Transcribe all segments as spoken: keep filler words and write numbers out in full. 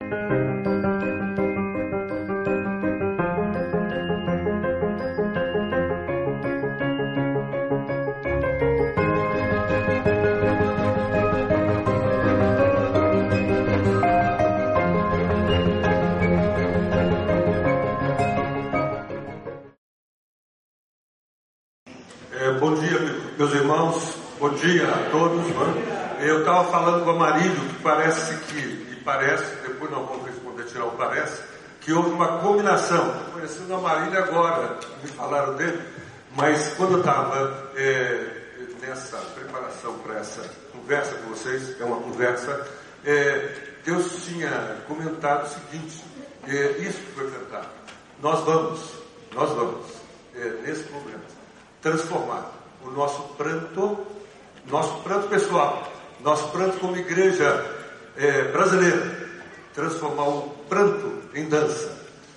Meus irmãos, bom dia a todos. Né? Eu estava falando com a Marílio que parece que, e parece, depois nós vamos responder, tirar o parece, que houve uma combinação. Estou conhecendo a Marílio agora, me falaram dele, mas quando eu estava é, nessa preparação para essa conversa com vocês, é uma conversa, é, Deus tinha comentado o seguinte, é, isso que foi cantado, nós vamos, nós vamos, é, nesse momento, transformar o nosso pranto, nosso pranto pessoal, nosso pranto como igreja é, brasileira, transformar o pranto em dança.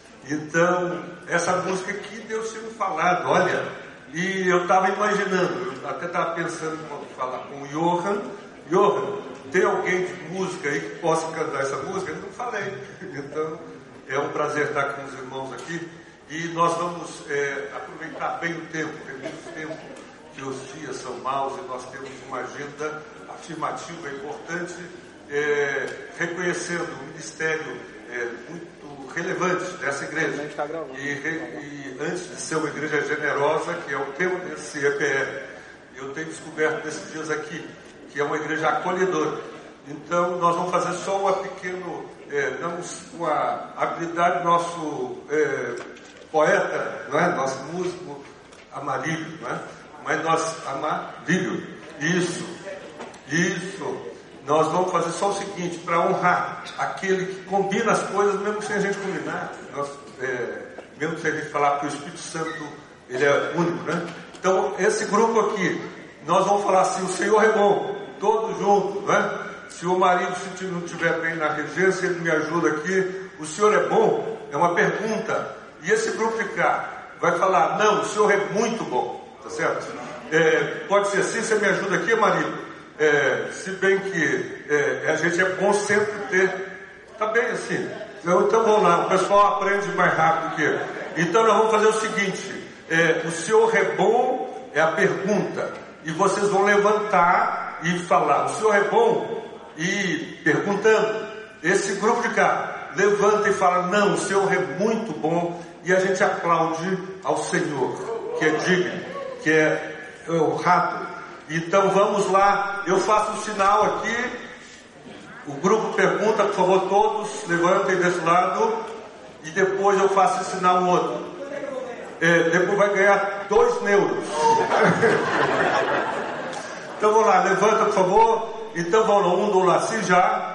Então, essa música aqui Deus tinha me falado, olha, e eu estava imaginando, eu até estava pensando em falar com o Johan, Johan, tem alguém de música aí que possa cantar essa música? Eu não falei, então é um prazer estar com os irmãos aqui, e nós vamos é, aproveitar bem o tempo, tem muito tempo, que os dias são maus e nós temos uma agenda afirmativa importante, é, reconhecendo o ministério é, muito relevante dessa igreja. E, e antes de ser uma igreja generosa, que é o tema desse E P R, eu tenho descoberto nesses dias aqui, que é uma igreja acolhedora. Então nós vamos fazer só uma pequena, é, damos uma habilidade do nosso é, poeta, não é? Nosso músico Amarílio, não é? Mas nós, Amarílio, isso, isso, nós vamos fazer só o seguinte, para honrar aquele que combina as coisas, mesmo sem a gente combinar, nós, é, mesmo sem a gente falar que o Espírito Santo, ele é único, né? Então, esse grupo aqui, nós vamos falar assim, o Senhor é bom, todos juntos, né? Se o marido se não estiver bem na regência, ele me ajuda aqui, o Senhor é bom? É uma pergunta, e esse grupo de cá vai falar, não, o Senhor é muito bom. Tá certo? É, pode ser assim, você me ajuda aqui, marido? É, se bem que é, a gente é bom sempre ter. Tá bem assim. Então, então vamos lá, o pessoal aprende mais rápido que eu. Então nós vamos fazer o seguinte: é, o Senhor é bom é a pergunta, e vocês vão levantar e falar, o Senhor é bom? E perguntando, esse grupo de cá levanta e fala, não, o Senhor é muito bom, e a gente aplaude ao Senhor, que é digno, que é honrado. Então vamos lá, eu faço um sinal aqui, o grupo pergunta, por favor, todos levantem desse lado, e depois eu faço esse sinal no outro. É, depois vai ganhar dois neuros. Então vamos lá, levanta, por favor. Então vamos lá, um do Laci já.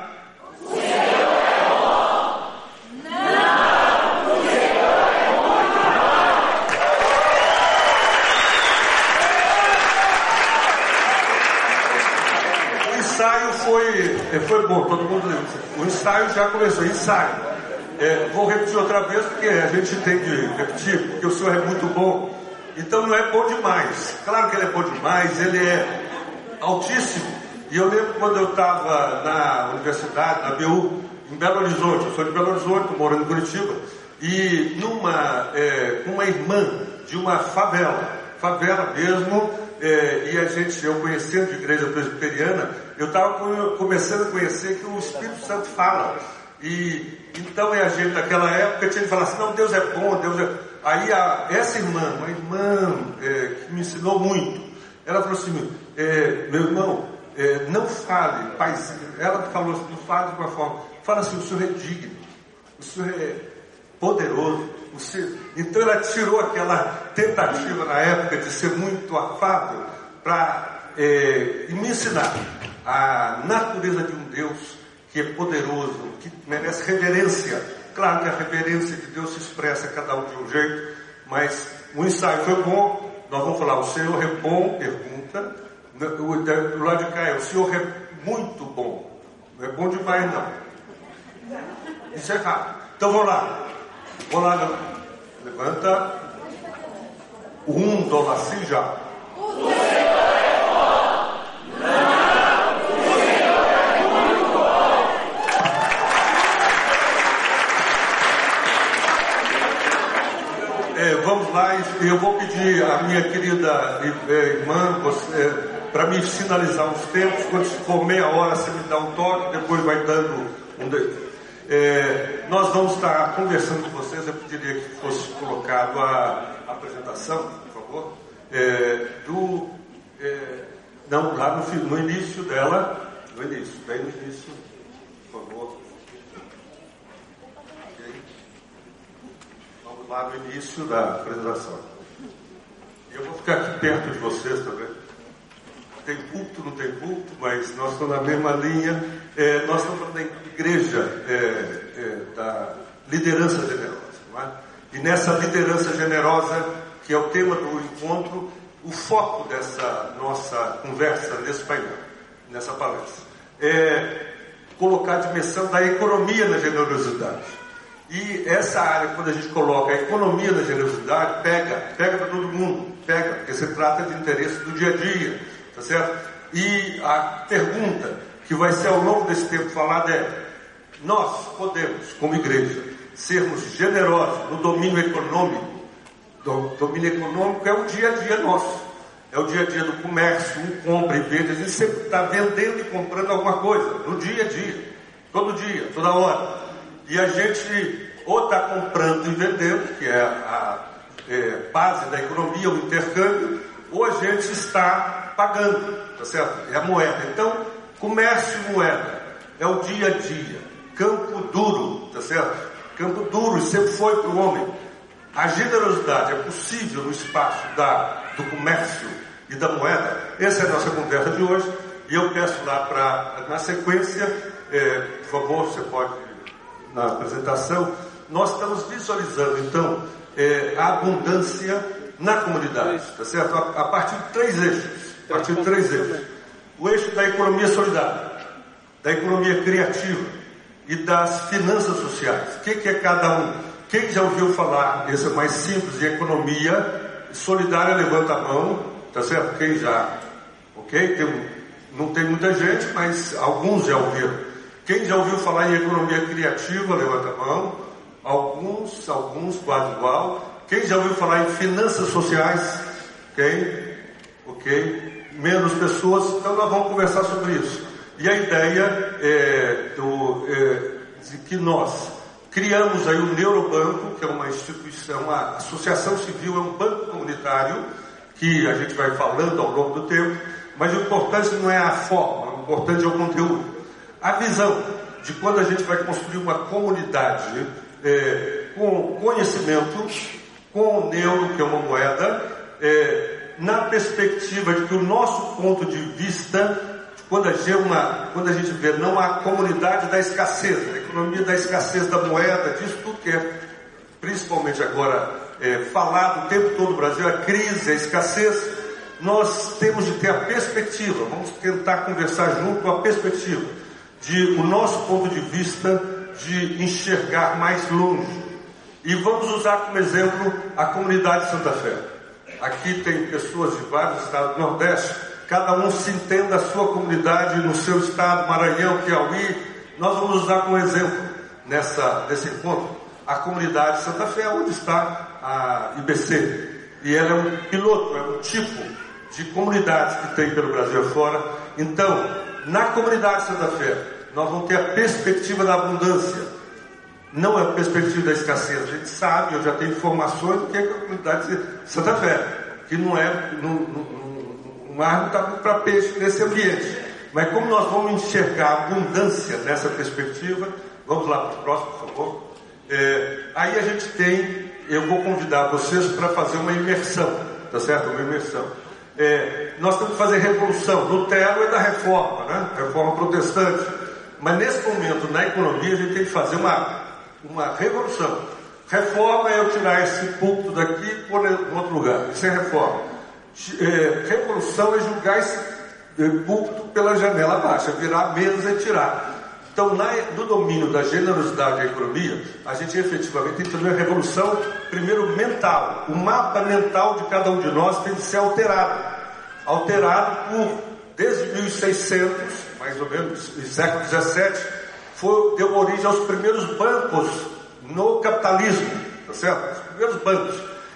Foi, foi bom, todo mundo. O ensaio já começou, ensaio. É, vou repetir outra vez, porque a gente tem de repetir, porque o Senhor é muito bom. Então não é bom demais. Claro que ele é bom demais, ele é altíssimo. E eu lembro quando eu estava na universidade, na B U, em Belo Horizonte. Eu sou de Belo Horizonte, estou morando em Curitiba. E numa, é, uma irmã de uma favela, favela mesmo. É, e a gente, eu conhecendo de igreja presbiteriana, eu estava começando a conhecer que o Espírito Santo fala. E então a gente naquela época tinha que falar assim, não, Deus é bom, Deus é... Aí a, essa irmã, uma irmã é, que me ensinou muito, ela falou assim, é, meu irmão, é, não fale, paizinho. Ela falou assim, não fale de uma forma, fala assim, o Senhor é digno, o Senhor é poderoso. O Senhor... Então ela tirou aquela tentativa na época de ser muito afável para é, me ensinar a natureza de um Deus que é poderoso, que merece reverência. Claro que a reverência de Deus se expressa cada um de um jeito, mas o ensaio foi bom. Nós vamos falar, o Senhor é bom, pergunta. Do lado de cá é, o Senhor é muito bom. Não é bom demais não. Isso é errado. Então vamos lá. Vamos lá, não. Levanta. Um, do Laci já. O Senhor é bom. Não, o Senhor é muito bom. vamos lá, e eu vou pedir à minha querida irmã para me sinalizar os tempos. Quando for meia hora, você me dá um toque, depois vai dando um... De... É, nós vamos estar conversando com vocês. Eu pediria que fosse colocado a apresentação, por favor, é, do... É, não, lá no, no início dela, no início, bem no início, por favor. Okay. Vamos lá no início da apresentação. E eu vou ficar aqui perto de vocês também. Tem culto, não tem culto, mas nós estamos na mesma linha. É, nós estamos falando da igreja é, é, da liderança generosa, não é? E nessa liderança generosa, que é o tema do encontro, o foco dessa nossa conversa nesse painel, nessa palestra, é colocar a dimensão da economia na generosidade. E essa área, quando a gente coloca a economia na generosidade, pega, pega para todo mundo, pega, porque se trata de interesse do dia a dia, tá certo? E a pergunta que vai ser ao longo desse tempo falada é: nós podemos, como igreja, sermos generosos no domínio econômico? O domínio econômico é o dia a dia nosso, é o dia a dia do comércio, um compra e vende. A gente sempre está vendendo e comprando alguma coisa, no dia a dia, todo dia, toda hora. E a gente ou está comprando e vendendo, que é a é, base da economia, o intercâmbio, ou a gente está pagando, tá certo? É a moeda. Então, comércio e moeda é o dia a dia, campo duro, tá certo? Campo duro, sempre foi para o homem. A generosidade é possível no espaço da, do comércio e da moeda. Essa é a nossa conversa de hoje. E eu peço lá para, na sequência, é, por favor, você pode, na apresentação, nós estamos visualizando, então, é, a abundância na comunidade, tá certo? A, a partir de três eixos. A partir de três eixos. O eixo da economia solidária, da economia criativa e das finanças sociais. O que, que é cada um? Quem já ouviu falar, esse é mais simples, de economia solidária, levanta a mão, tá certo? Quem já, ok? Tem, não tem muita gente, mas alguns já ouviram. Quem já ouviu falar em economia criativa, levanta a mão. Alguns, alguns, quase igual. Quem já ouviu falar em finanças sociais? Quem? Ok? Menos pessoas, então nós vamos conversar sobre isso. E a ideia é, do, é de que nós criamos aí o Neurobanco, que é uma instituição, uma associação civil, é um banco comunitário, que a gente vai falando ao longo do tempo, mas o importante não é a forma, o importante é o conteúdo. A visão de quando a gente vai construir uma comunidade é, com conhecimento, com o neuro, que é uma moeda, é, na perspectiva de que o nosso ponto de vista, Quando a, gente, uma, quando a gente vê não a comunidade da escassez, a economia da escassez da moeda, disso tudo que é, principalmente agora, é, falado o tempo todo no Brasil, a crise, a escassez, nós temos de ter a perspectiva, vamos tentar conversar junto com a perspectiva de o nosso ponto de vista de enxergar mais longe. E vamos usar como exemplo a comunidade Santa Fé. Aqui tem pessoas de vários estados do Nordeste. Cada um se entenda a sua comunidade no seu estado, Maranhão, Piauí. Nós vamos usar como exemplo nessa, nesse encontro a comunidade Santa Fé, onde está a I B C. E ela é um piloto, é um tipo de comunidades que tem pelo Brasil afora. Então, na comunidade Santa Fé, nós vamos ter a perspectiva da abundância. Não é a perspectiva da escassez. A gente sabe, eu já tenho informações do que é a comunidade Santa Fé, que não é... Não, não, o mar não está para peixe nesse ambiente. Mas como nós vamos enxergar a abundância nessa perspectiva, vamos lá para o próximo, por favor. É, aí a gente tem, eu vou convidar vocês para fazer uma imersão, tá certo? Uma imersão. É, nós temos que fazer revolução. Lutero é da reforma, né? Reforma protestante. Mas nesse momento, na economia, a gente tem que fazer uma, uma revolução. Reforma é eu tirar esse púlpito daqui e pôr em outro lugar. Isso é reforma. É, revolução é julgar esse púlpito pela janela baixa, virar a mesa e tirar. Então, na, no domínio da generosidade da economia, a gente efetivamente tem que fazer uma revolução, primeiro mental. O mapa mental de cada um de nós tem que ser alterado. Alterado por, desde mil e seiscentos, mais ou menos, no século dezessete, foi, deu origem aos primeiros bancos no capitalismo, tá certo? Os primeiros bancos.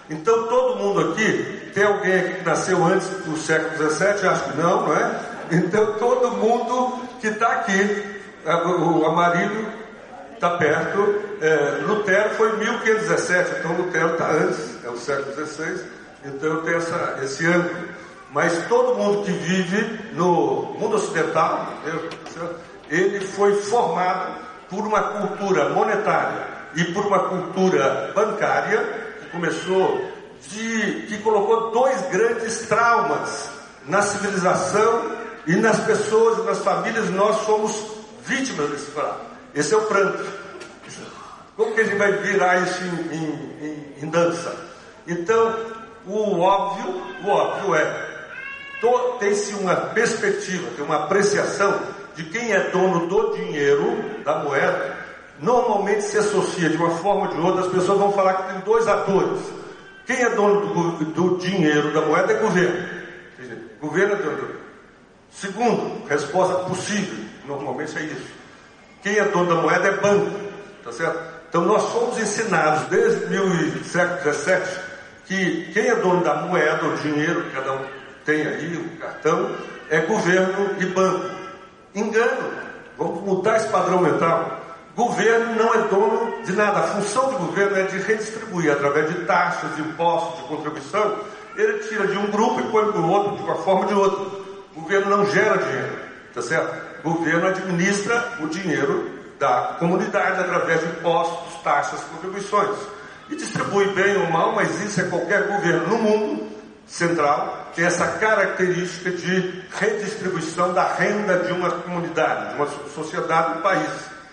Então todo mundo aqui, tem alguém aqui que nasceu antes do século dezessete? Acho que não, não é? Então todo mundo que está aqui, o Amarílio está perto, é, Lutero foi em mil quinhentos e dezessete, então Lutero está antes, é o século dezesseis, então eu tenho essa, esse ângulo. Mas todo mundo que vive no mundo ocidental, ele foi formado por uma cultura monetária e por uma cultura bancária que começou de, que colocou dois grandes traumas na civilização e nas pessoas e nas famílias. Nós somos vítimas desse trauma. Esse é o pranto. Como que a gente vai virar isso em, em, em, em dança? Então, o óbvio, o óbvio é, tem-se uma perspectiva, tem uma apreciação de quem é dono do dinheiro, da moeda. Normalmente se associa de uma forma ou de outra, as pessoas vão falar que tem dois atores. Quem é dono do, do dinheiro, da moeda, é governo. Governo é dono. Segundo, resposta possível, normalmente é isso. Quem é dono da moeda é banco, tá certo? Então nós fomos ensinados desde o século dezessete que quem é dono da moeda, o dinheiro, cada um tem aí o cartão, é governo e banco. Engano, vamos mudar esse padrão mental. Governo não é dono de nada. A função do governo é de redistribuir através de taxas, de impostos, de contribuição. Ele tira de um grupo e põe para o outro de uma forma ou de outra. O governo não gera dinheiro, tá certo? O governo administra o dinheiro da comunidade através de impostos, taxas, contribuições. E distribui bem ou mal, mas isso é qualquer governo no mundo central, tem essa característica de redistribuição da renda de uma comunidade, de uma sociedade, do país.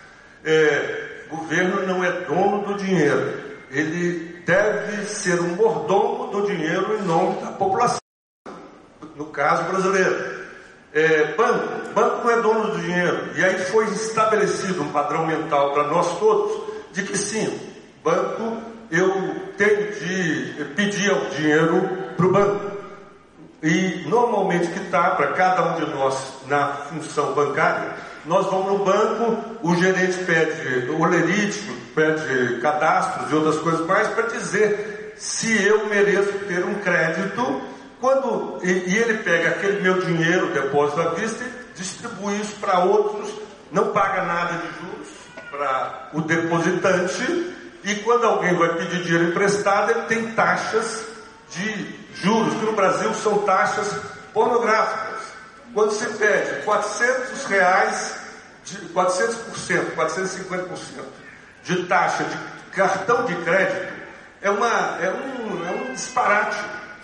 É, governo não é dono do dinheiro, ele deve ser um mordomo do dinheiro em nome da população, no caso brasileiro. É, banco, banco não é dono do dinheiro, e aí foi estabelecido um padrão mental para nós todos, de que sim, banco, eu tenho de pedir o dinheiro para o banco, e normalmente que está para cada um de nós na função bancária, nós vamos no banco, o gerente pede o lerite, pede cadastros e outras coisas mais para dizer se eu mereço ter um crédito. Quando, e, e ele pega aquele meu dinheiro, depósito à vista, e distribui isso para outros, não paga nada de juros para o depositante, e quando alguém vai pedir dinheiro emprestado, ele tem taxas de juros, que no Brasil são taxas pornográficas. Quando se pede quatrocentos reais, de quatrocentos por cento, quatrocentos e cinquenta por cento de taxa de cartão de crédito, é, uma, é, um, é um disparate.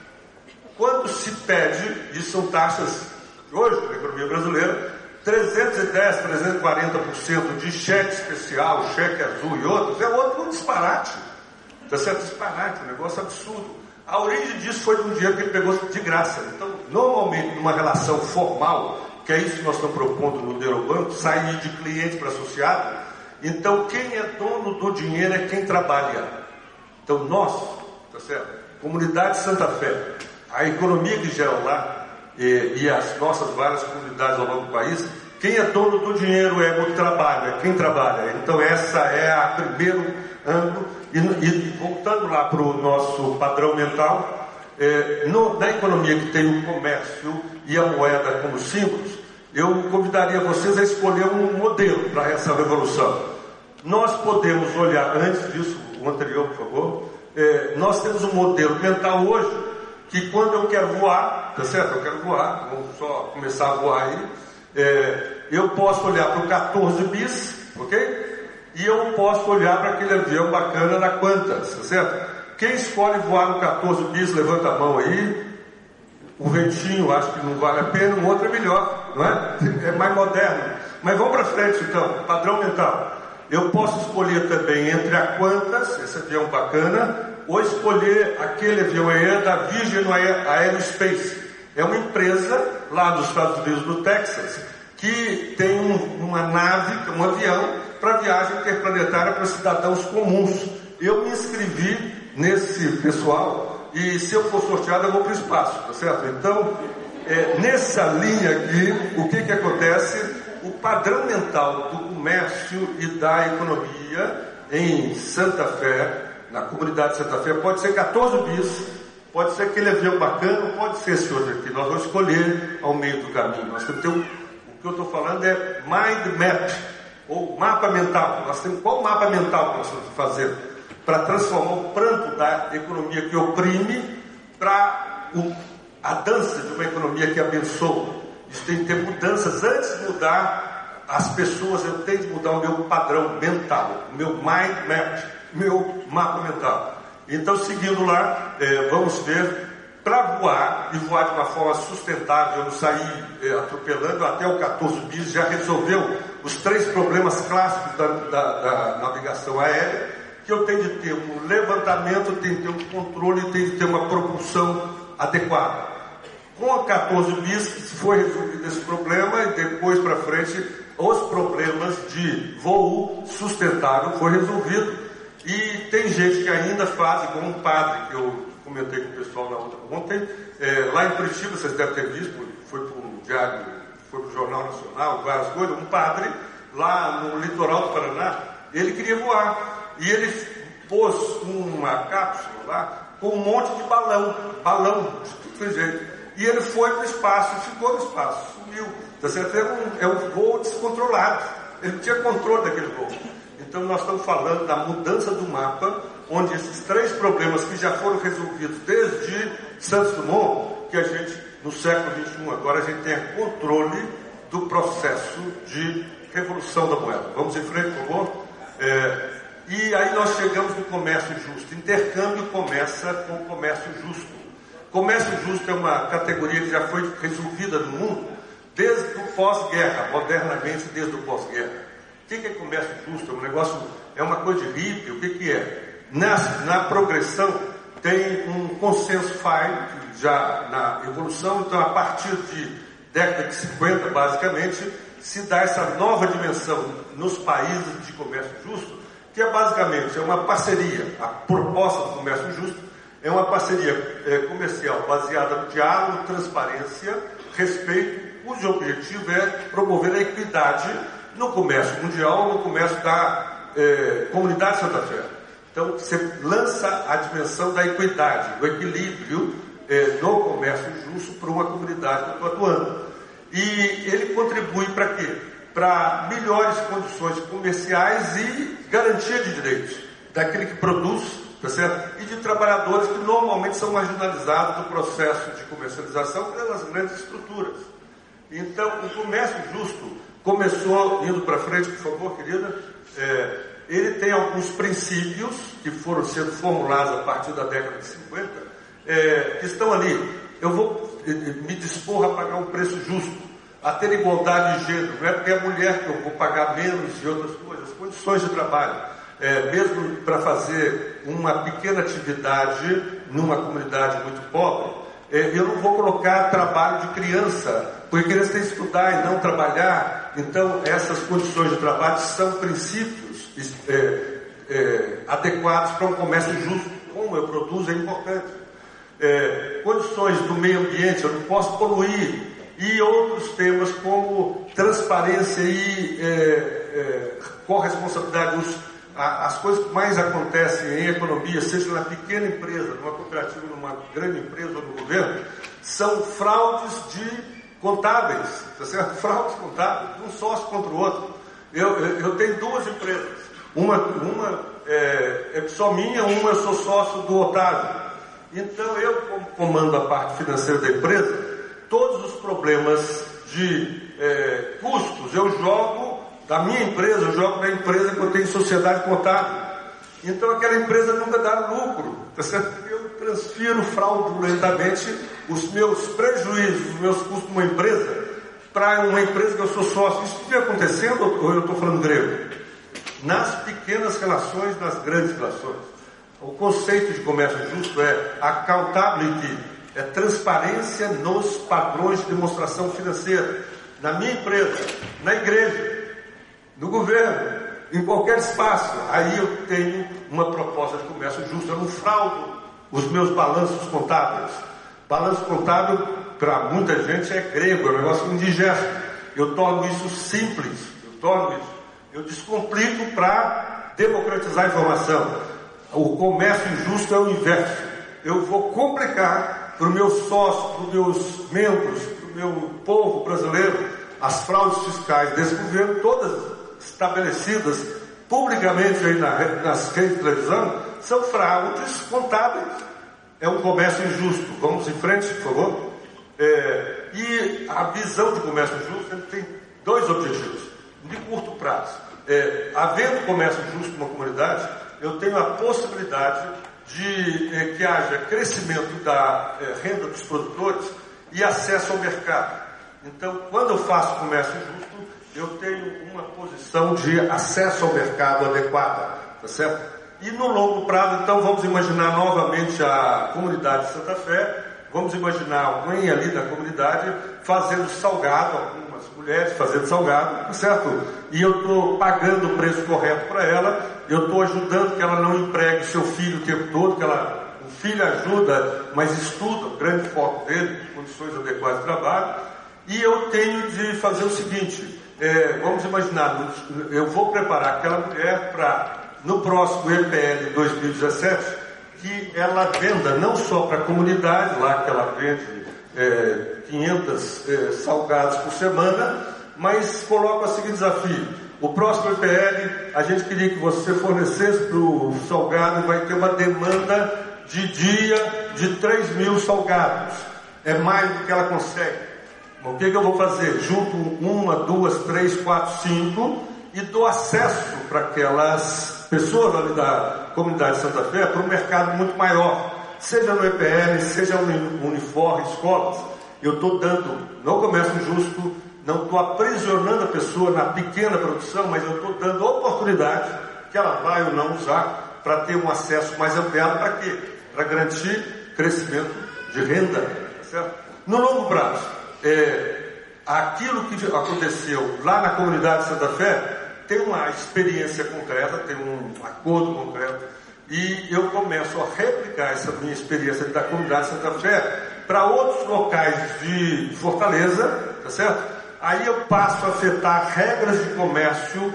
Quando se pede, e são taxas, hoje, na economia brasileira, trezentos e dez, trezentos e quarenta por cento de cheque especial, cheque azul e outros, é outro disparate. Está certo? Disparate, um negócio absurdo. A origem disso foi de um dinheiro que ele pegou de graça. Então, normalmente, numa relação formal, que é isso que nós estamos propondo no Neurobanco, sair de cliente para associado, então quem é dono do dinheiro é quem trabalha. Então, nós, tá certo? Comunidade Santa Fé, a economia que gera lá, e, e as nossas várias comunidades ao longo do país, quem é dono do dinheiro é o trabalho, é quem trabalha. Então, essa é a primeiro ângulo. E, e voltando lá para o nosso padrão mental, é, no, na economia que tem o comércio e a moeda como símbolos, eu convidaria vocês a escolher um modelo para essa revolução. Nós podemos olhar, antes disso, o anterior, por favor, é, nós temos um modelo mental hoje, que quando eu quero voar, tá certo? Eu quero voar, vamos só começar a voar aí, é, eu posso olhar para o quatorze bis, ok? E eu posso olhar para aquele avião bacana na Qantas, tá certo? Quem escolhe voar no quatorze bis, levanta a mão aí. O ventinho, acho que não vale a pena, o outro é melhor, não é? É mais moderno. Mas vamos para frente então, padrão mental. Eu posso escolher também entre a Qantas, esse avião bacana, ou escolher aquele avião aéreo da Virgin Aerospace. É uma empresa lá dos Estados Unidos, do Texas, que tem um, uma nave, um avião, para viagem interplanetária para cidadãos comuns. Eu me inscrevi nesse pessoal e se eu for sorteado eu vou para o espaço, tá certo? Então, é, nessa linha aqui, o que que acontece? O padrão mental do comércio e da economia em Santa Fé na comunidade de Santa Fé, pode ser quatorze bis, pode ser aquele avião bacana, pode ser esse outro aqui. Nós vamos escolher ao meio do caminho. Nós temos que ter um, o que eu estou falando é mind map, ou mapa mental. Nós temos qual mapa mental que nós estamos fazendo para transformar o pranto da economia que oprime para a dança de uma economia que abençoa. Isso tem que ter mudanças antes de mudar as pessoas. Eu tenho que mudar o meu padrão mental, o meu mind map, meu mapa mental. Então, seguindo lá, é, vamos ver, para voar, e voar de uma forma sustentável, eu não sair é, atropelando, até o quatorze bis já resolveu os três problemas clássicos da, da, da navegação aérea, que eu tenho de ter um levantamento, tenho de ter um controle, tenho de ter uma propulsão adequada. Com a quatorze bis foi resolvido esse problema, e depois para frente os problemas de voo sustentável foi resolvido. E tem gente que ainda faz, como um padre que eu comentei com o pessoal na outra ontem, é, lá em Curitiba, vocês devem ter visto, foi para o Diário, foi para o Jornal Nacional, várias coisas, um padre lá no litoral do Paraná, ele queria voar, e ele pôs uma cápsula lá com um monte de balão, balão, de tudo jeito, e ele foi para o espaço, ficou no espaço, sumiu, tá certo? É um, é um voo descontrolado, ele não tinha controle daquele voo. Então nós estamos falando da mudança do mapa, onde esses três problemas que já foram resolvidos desde Santos Dumont, que a gente, no século vinte e um, agora a gente tem controle do processo de revolução da moeda. Vamos em frente, por favor? É, e aí nós chegamos no comércio justo. Intercâmbio começa com o comércio justo. Comércio justo é uma categoria que já foi resolvida no mundo desde o pós-guerra, modernamente desde o pós-guerra. O que é comércio justo? É um negócio, é uma coisa de hippie. O que, que é? Na, na progressão tem um consenso fine, já na evolução, então a partir de década de cinquenta, basicamente, se dá essa nova dimensão nos países de comércio justo, que é basicamente é uma parceria. A proposta do comércio justo é uma parceria é, comercial baseada no diálogo, transparência, respeito, cujo objetivo é promover a equidade no comércio mundial, no comércio da eh, comunidade Santa Fé. Então, você lança a dimensão da equidade, do equilíbrio eh, no comércio justo para uma comunidade que eu estou atuando. E ele contribui para quê? Para melhores condições comerciais e garantia de direitos daquele que produz, tá certo? E de trabalhadores que normalmente são marginalizados do processo de comercialização pelas grandes estruturas. Então, o comércio justo começou, indo para frente, por favor, querida, é, ele tem alguns princípios que foram sendo formulados a partir da década de cinquenta, é, que estão ali. Eu vou me dispor a pagar um preço justo, a ter igualdade de gênero. Não é porque é mulher que eu vou pagar menos e outras coisas, condições de trabalho. É, mesmo para fazer uma pequena atividade numa comunidade muito pobre, é, eu não vou colocar trabalho de criança, porque criança tem que estudar e não trabalhar. Então, essas condições de trabalho são princípios é, é, adequados para um comércio justo. Como eu produzo é importante. É, condições do meio ambiente, eu não posso poluir. E outros temas como transparência e é, é, corresponsabilidade. Os, a, as coisas que mais acontecem em economia, seja na pequena empresa, numa cooperativa, numa grande empresa ou no governo, são fraudes de contábeis, tá certo? Fraudes contábeis, um sócio contra o outro. Eu, eu, eu tenho duas empresas, uma, uma é, é só minha, uma eu sou sócio do Otávio. Então eu, como comando a parte financeira da empresa, todos os problemas de é, custos eu jogo da minha empresa, eu jogo da empresa que eu tenho sociedade contábil. Então aquela empresa nunca dá lucro, tá certo? Eu transfiro fraudulentamente os meus prejuízos, os meus custos de uma empresa para uma empresa que eu sou sócio. Isso vem acontecendo ou eu estou falando grego? Nas pequenas relações, nas grandes relações. O conceito de comércio justo é accountability, é transparência nos padrões de demonstração financeira. Na minha empresa, na igreja, no governo, em qualquer espaço. Aí eu tenho uma proposta de comércio justo. Eu não fraudo os meus balanços contábeis. Balanço contábil, para muita gente, é grego, é um negócio indigesto. Eu torno isso simples. Eu torno isso. Eu descomplico para democratizar a informação. O comércio injusto é o inverso. Eu vou complicar para os meus sócios, para os meus membros, para o meu povo brasileiro, as fraudes fiscais desse governo, todas estabelecidas publicamente aí na, nas redes de televisão, são fraudes contábeis. É um comércio injusto. Vamos em frente, por favor. É, e a visão de comércio justo tem dois objetivos. De curto prazo. É, havendo comércio justo numa comunidade, eu tenho a possibilidade de é, que haja crescimento da é, renda dos produtores e acesso ao mercado. Então, quando eu faço comércio justo, eu tenho uma posição de acesso ao mercado adequada, tá certo? E no longo prazo, então, vamos imaginar novamente a comunidade de Santa Fé, vamos imaginar alguém ali da comunidade fazendo salgado, algumas mulheres fazendo salgado, tá certo? E eu estou pagando o preço correto para ela, eu estou ajudando que ela não empregue seu filho o tempo todo, que ela, o filho ajuda, mas estuda, o grande foco dele, condições adequadas de trabalho, e eu tenho de fazer o seguinte, é, vamos imaginar, eu vou preparar aquela mulher para, no próximo E P L dois mil e dezessete, que ela venda não só para a comunidade, lá que ela vende é, quinhentos é, salgados por semana, mas coloca o seguinte desafio: o próximo E P L, a gente queria que você fornecesse para o salgado, vai ter uma demanda de dia de três mil salgados, é mais do que ela consegue. O que, que eu vou fazer? Junto uma, duas, três, quatro, cinco e dou acesso para aquelas pessoas ali da comunidade de Santa Fé para um mercado muito maior, seja no E P L, seja no Unifor, escolas. Eu estou dando, no comércio justo, não estou aprisionando a pessoa na pequena produção, mas eu estou dando oportunidade que ela vai ou não usar para ter um acesso mais ampliado. Para quê? Para garantir crescimento de renda, tá certo? No longo prazo, é, aquilo que aconteceu lá na comunidade de Santa Fé tem uma experiência concreta, tem um acordo concreto, e eu começo a replicar essa minha experiência da comunidade de Santa Fé para outros locais de Fortaleza, tá certo? Aí eu passo a afetar regras de comércio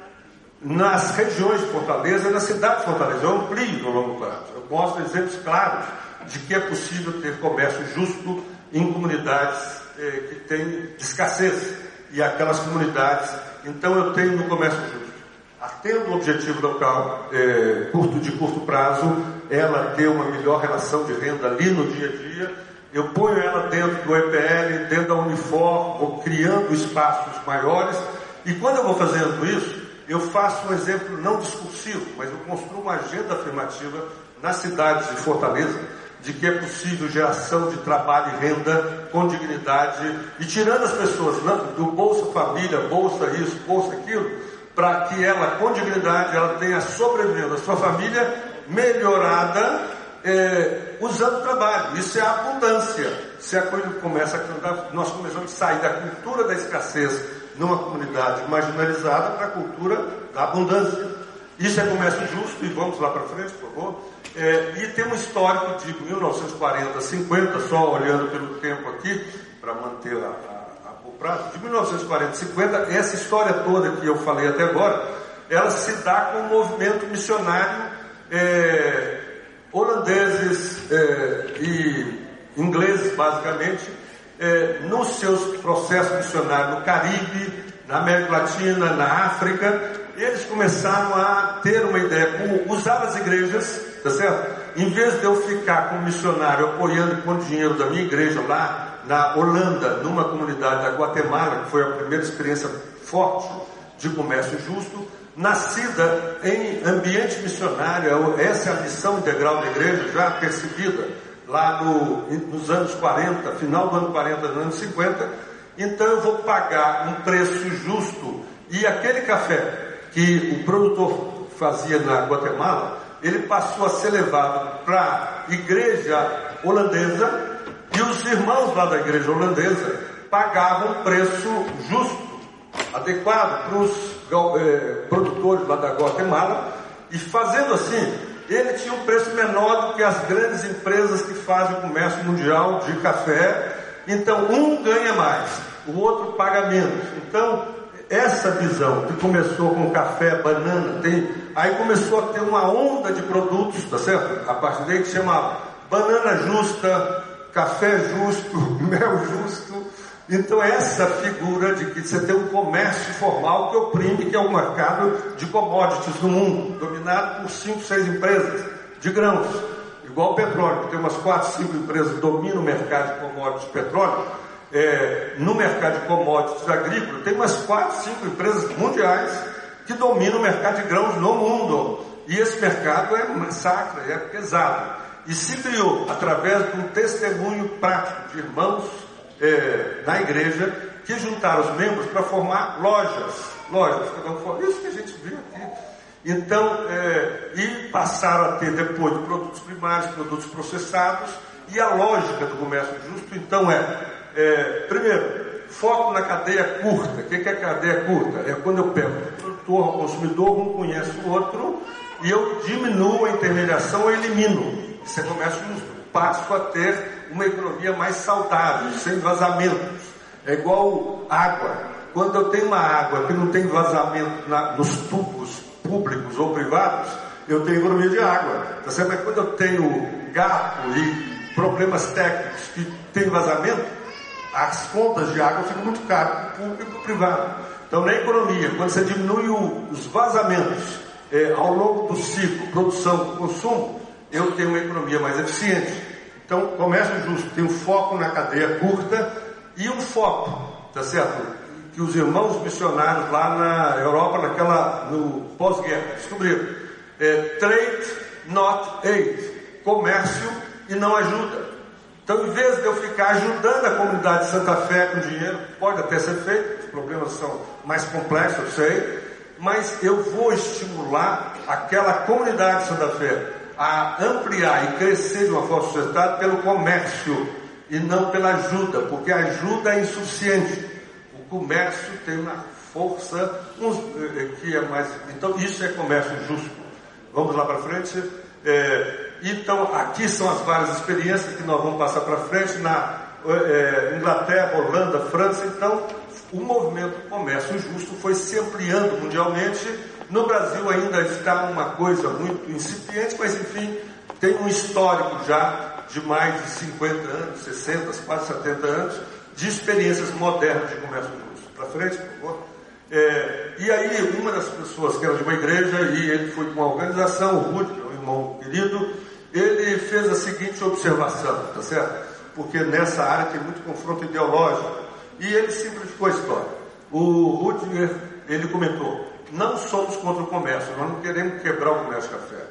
nas regiões de Fortaleza e na cidade de Fortaleza. Eu amplio no longo prazo. Eu mostro exemplos claros de que é possível ter comércio justo em comunidades eh, que têm escassez, e aquelas comunidades. Então eu tenho no comércio justo, atendo o objetivo local é, curto, de curto prazo, ela ter uma melhor relação de renda ali no dia a dia, eu ponho ela dentro do E P L, dentro da Unifor, vou criando espaços maiores, e quando eu vou fazendo isso, eu faço um exemplo não discursivo, mas eu construo uma agenda afirmativa nas cidades de Fortaleza, de que é possível geração de trabalho e renda com dignidade, e tirando as pessoas do Bolsa Família, Bolsa isso, Bolsa aquilo, para que ela, com dignidade, ela tenha sobrevivendo a sua família melhorada, é, usando o trabalho. Isso é a abundância. Se a coisa começa a cantar, nós começamos a sair da cultura da escassez numa comunidade marginalizada para a cultura da abundância. Isso é comércio justo, e vamos lá para frente, por favor. É, e tem um histórico de mil novecentos e quarenta, cinquenta, só olhando pelo tempo aqui, para manter a, a, a, o prazo, de mil novecentos e quarenta, cinquenta, essa história toda que eu falei até agora, ela se dá com o movimento missionário, é, holandeses é, e ingleses, basicamente, é, nos seus processos missionários no Caribe, na América Latina, na África. Eles começaram a ter uma ideia, como usar as igrejas, tá certo? Em vez de eu ficar como missionário apoiando com o dinheiro da minha igreja lá na Holanda, numa comunidade da Guatemala, que foi a primeira experiência forte de comércio justo, nascida em ambiente missionário, essa é a missão integral da igreja, já percebida lá no, nos anos quarenta, final do ano quarenta, nos anos cinquenta. Então eu vou pagar um preço justo, e aquele café que o produtor fazia na Guatemala, ele passou a ser levado para a igreja holandesa, e os irmãos lá da igreja holandesa pagavam um preço justo, adequado para os eh, produtores lá da Guatemala, e fazendo assim, ele tinha um preço menor do que as grandes empresas que fazem o comércio mundial de café. Então um ganha mais, o outro paga menos. Então essa visão que começou com café, banana, tem aí começou a ter uma onda de produtos, tá certo? A partir daí que chamava banana justa, café justo, mel justo. Então essa figura de que você tem um comércio formal que oprime, que é o mercado de commodities no mundo, dominado por cinco, seis empresas de grãos, igual o petróleo, tem umas quatro, cinco empresas que dominam o mercado de commodities de petróleo. É, no mercado de commodities agrícolas, tem umas quatro, cinco empresas mundiais que dominam o mercado de grãos no mundo. E esse mercado é um massacre, é pesado. E se criou através de um testemunho prático de irmãos é, na igreja que juntaram os membros para formar lojas. Lojas, cada um for... isso que a gente viu aqui. Então, é, e passaram a ter depois de produtos primários, produtos processados, e a lógica do comércio justo, então, é, é primeiro, foco na cadeia curta. O que é a cadeia curta? É quando eu pego o produtor, o consumidor, um conhece o outro, e eu diminuo a intermediação, eu elimino. Isso é comércio justo. Passo a ter uma economia mais saudável, sem vazamentos. É igual água. Quando eu tenho uma água que não tem vazamento na, nos tubos públicos ou privados, eu tenho economia de água. Tá certo? Mas quando eu tenho gato e problemas técnicos que tem vazamento, as contas de água ficam muito caras para o público e para o privado. Então, na economia, quando você diminui o, os vazamentos é, ao longo do ciclo, produção, consumo, eu tenho uma economia mais eficiente. Então, comércio justo tem um foco na cadeia curta e um foco, tá certo? Que os irmãos missionários lá na Europa, naquela, no pós-guerra, descobriram. É, trade, not aid. Comércio e não ajuda. Então, em vez de eu ficar ajudando a comunidade de Santa Fé com dinheiro, pode até ser feito, os problemas são mais complexos, eu sei, mas eu vou estimular aquela comunidade de Santa Fé a ampliar e crescer de uma forma sustentada pelo comércio e não pela ajuda, porque a ajuda é insuficiente. O comércio tem uma força uns, que é mais... Então, isso é comércio justo. Vamos lá para frente. É, então, aqui são as várias experiências que nós vamos passar para frente na é, Inglaterra, Holanda, França. Então, o movimento do comércio justo foi se ampliando mundialmente. No Brasil ainda está uma coisa muito incipiente, mas enfim, tem um histórico já de mais de cinquenta anos, sessenta, quase setenta anos, de experiências modernas de comércio justo. Para frente, por favor. É, e aí, uma das pessoas que era de uma igreja, e ele foi com uma organização, o Rudy, meu irmão querido, ele fez a seguinte observação, tá certo? Porque nessa área tem muito confronto ideológico, e ele simplificou a história. O Rudy, ele comentou: não somos contra o comércio, nós não queremos quebrar o comércio de café.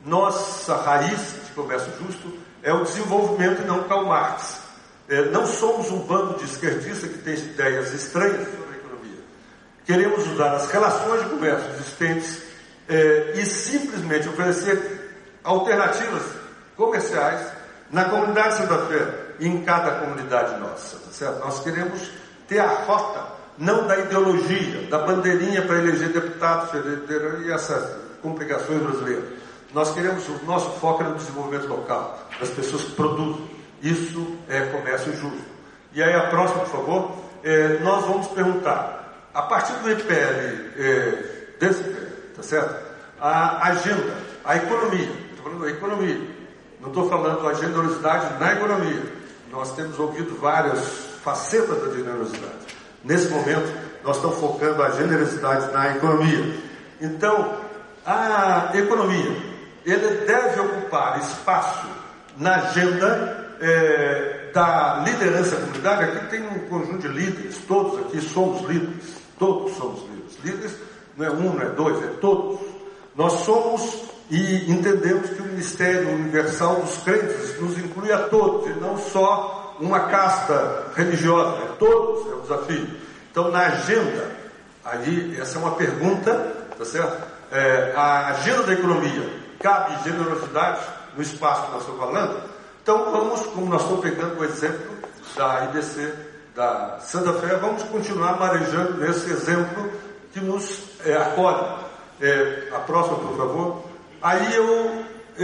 Nossa raiz de comércio justo é o desenvolvimento e não Karl Marx. É, não somos um bando de esquerdistas que tem ideias estranhas sobre a economia. Queremos usar as relações de comércio existentes é, e simplesmente oferecer alternativas comerciais na comunidade de Santa Fé e em cada comunidade nossa. Tá certo? Nós queremos ter a rota, não da ideologia, da bandeirinha para eleger deputado federal e essas complicações brasileiras. Nós queremos, o nosso foco é no desenvolvimento local, das pessoas que produzem. Isso é comércio justo. E aí a próxima, por favor, é, nós vamos perguntar, a partir do I P L, é, desse I P L, tá certo? A agenda, a economia, estou falando da economia, não estou falando da generosidade na economia. Nós temos ouvido várias facetas da generosidade. Nesse momento, nós estamos focando a generosidade na economia. Então, a economia, ele deve ocupar espaço na agenda é, da liderança comunitária. Aqui tem um conjunto de líderes, todos aqui somos líderes, todos somos líderes. Líderes não é um, não é dois, é todos. Nós somos e entendemos que o Ministério Universal dos Crentes nos inclui a todos, e não só uma casta religiosa, é todos, é o desafio. Então, na agenda, aí, essa é uma pergunta, tá certo? É, a agenda da economia, cabe generosidade no espaço que nós estamos falando? Então, vamos, como nós estamos pegando o exemplo da I B C, da Santa Fé, vamos continuar marejando nesse exemplo que nos é, acolhe. É, a próxima, por favor. Aí eu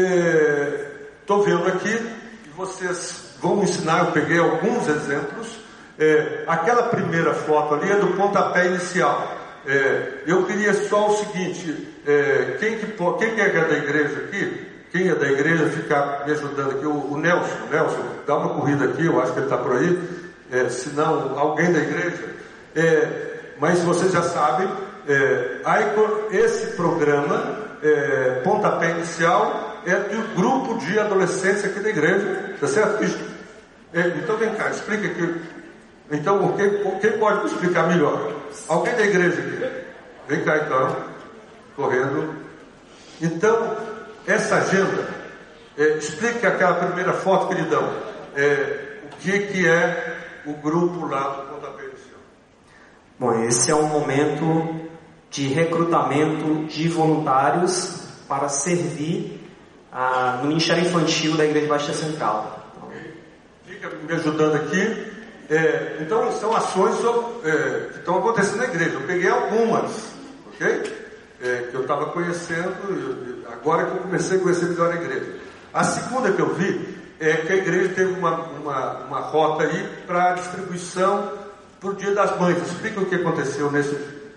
estou é, vendo aqui, e vocês vão ensinar, eu peguei alguns exemplos. É, aquela primeira foto ali é do pontapé inicial. É, eu queria só o seguinte, é, quem, que, quem é da igreja aqui, quem é da igreja, ficar me ajudando aqui, o, o Nelson, Nelson, dá uma corrida aqui, eu acho que ele está por aí, é, se não, alguém da igreja, é, mas vocês já sabem, é, esse programa, é, pontapé inicial, é do grupo de adolescentes aqui da igreja, tá certo? É, então vem cá, explica aqui. Então, quem, quem pode me explicar melhor? Alguém da igreja aqui? Vem cá então, correndo. Então, essa agenda, é, explica aquela primeira foto, queridão, é, o que, que é o grupo lá do pontapé inicial. Bom, esse é um momento de recrutamento de voluntários para servir ah, no Ministério Infantil da Igreja Batista Central. Fica me ajudando aqui. É, então, são ações é, que estão acontecendo na igreja. Eu peguei algumas, ok? É, que eu estava conhecendo, eu, agora que eu comecei a conhecer melhor a igreja. A segunda que eu vi é que a igreja teve uma, uma, uma rota aí para distribuição para o Dia das Mães. Explica o que aconteceu nesse.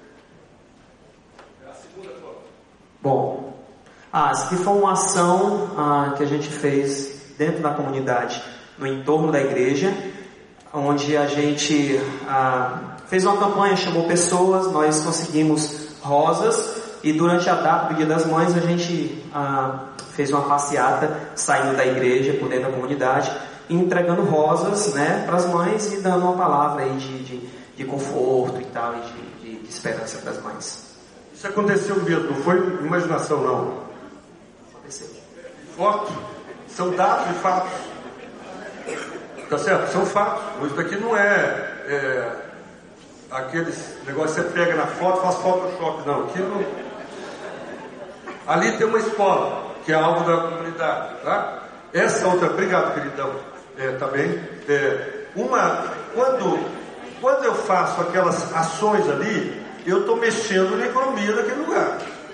É a segunda foto. Bom, ah, essa aqui foi uma ação ah, que a gente fez dentro da comunidade, no entorno da igreja, onde a gente ah, fez uma campanha, chamou pessoas, nós conseguimos rosas e durante a data do Dia das Mães a gente ah, fez uma passeata saindo da igreja por dentro da comunidade e entregando rosas, né, para as mães e dando uma palavra aí de, de, de conforto e tal, e de, de, de esperança para as mães. Isso aconteceu mesmo, não foi imaginação não? Aconteceu. Foto, são dados e fatos. Tá certo? São fatos. Isso daqui não é, é aqueles negócios que você pega na foto, faz Photoshop, não. Aquilo... Ali tem uma escola, que é alvo da comunidade, tá? Essa outra, obrigado, queridão, é, tá bem? É, uma, quando, quando eu faço aquelas ações ali, eu estou mexendo na economia daquele lugar.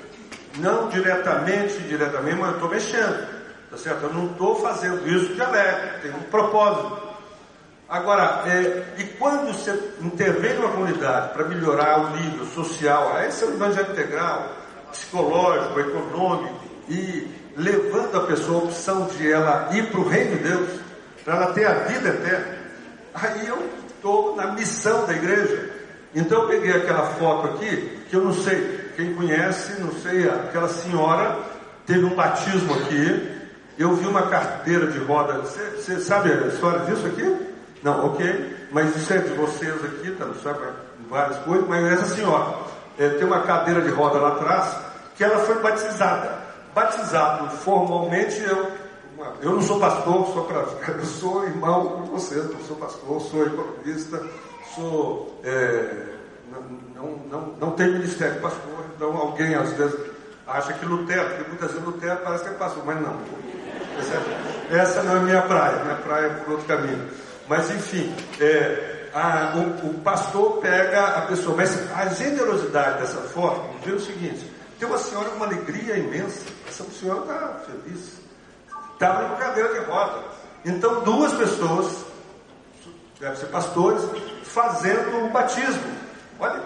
Não diretamente, diretamente, mas eu estou mexendo. Tá certo? Eu não estou fazendo isso de alegre, tem um propósito. Agora, é, e quando você intervém numa comunidade para melhorar o nível social, aí esse é um evangelho integral, psicológico, econômico, e levando a pessoa a opção de ela ir para o reino de Deus, para ela ter a vida eterna, aí eu estou na missão da igreja. Então eu peguei aquela foto aqui, que eu não sei, quem conhece, não sei, aquela senhora teve um batismo aqui. Eu vi uma cadeira de roda. Você sabe a história disso aqui? Não, ok. Mas isso é de vocês aqui, tá? Não sabe várias coisas. Mas essa senhora é, tem uma cadeira de roda lá atrás que ela foi batizada. Batizado formalmente, eu, eu não sou pastor, só para eu sou irmão com vocês. Não sou pastor, sou economista, sou. É, não, não, não, não tenho ministério de pastor. Então alguém às vezes acha que Lutero, porque muitas vezes Lutero parece que é pastor, mas não. Essa, essa não é minha praia, minha praia é por outro caminho. Mas enfim, é, a, o, o pastor pega a pessoa, mas a generosidade dessa forma, vê o seguinte: tem uma senhora com uma alegria imensa, essa senhora está feliz, estava numa cadeira de roda. Então duas pessoas, devem ser pastores, fazendo o batismo. Olha,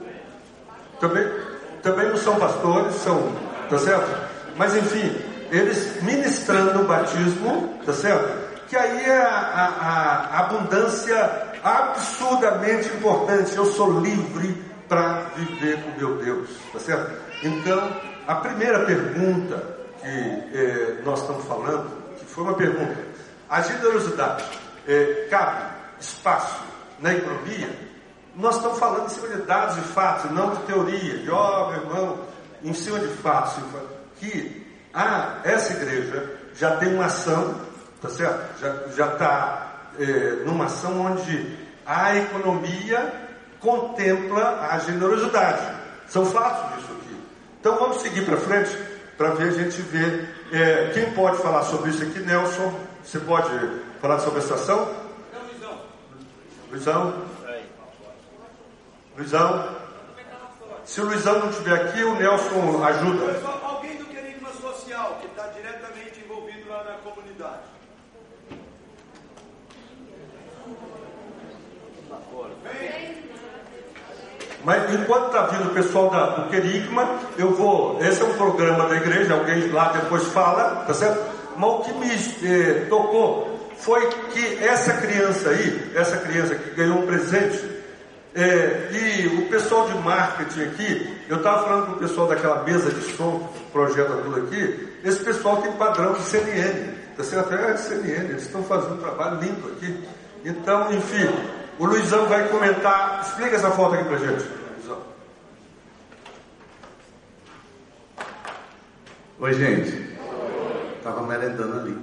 também, também não são pastores, são, tá certo? Mas enfim, eles ministrando o batismo, tá certo? Que aí é a, a, a abundância absurdamente importante. Eu sou livre para viver com meu Deus, tá certo? Então, a primeira pergunta que é, nós estamos falando, que foi uma pergunta: a generosidade é, cabe espaço na economia? Nós estamos falando em cima de dados e fatos, não de teoria, de ó, oh, meu irmão, em cima de fatos, que ah, essa igreja já tem uma ação, tá certo? Já está é, numa ação onde a economia contempla a generosidade. São fatos disso aqui. Então vamos seguir para frente para ver a gente ver. É, quem pode falar sobre isso aqui? Nelson, você pode falar sobre essa ação? Não, Luizão. Luizão? Luizão? Se o Luizão não estiver aqui, o Nelson ajuda. Alguém do Querigma Social que está diretamente envolvido lá na comunidade. Vem. Mas enquanto está vindo o pessoal da, do Querigma, eu vou. Esse é um programa da igreja, alguém lá depois fala, tá certo? Mas o que me eh, tocou foi que essa criança aí, essa criança que ganhou um presente, eh, e o pessoal de marketing aqui, eu estava falando com o pessoal daquela mesa de som, que projeta tudo aqui, esse pessoal tem padrão de C N N, tá certo? É C N N, eles estão fazendo um trabalho lindo aqui. Então, enfim. O Luizão vai comentar. Explica essa foto aqui pra gente, Luizão. Oi, gente. Estava merendando ali.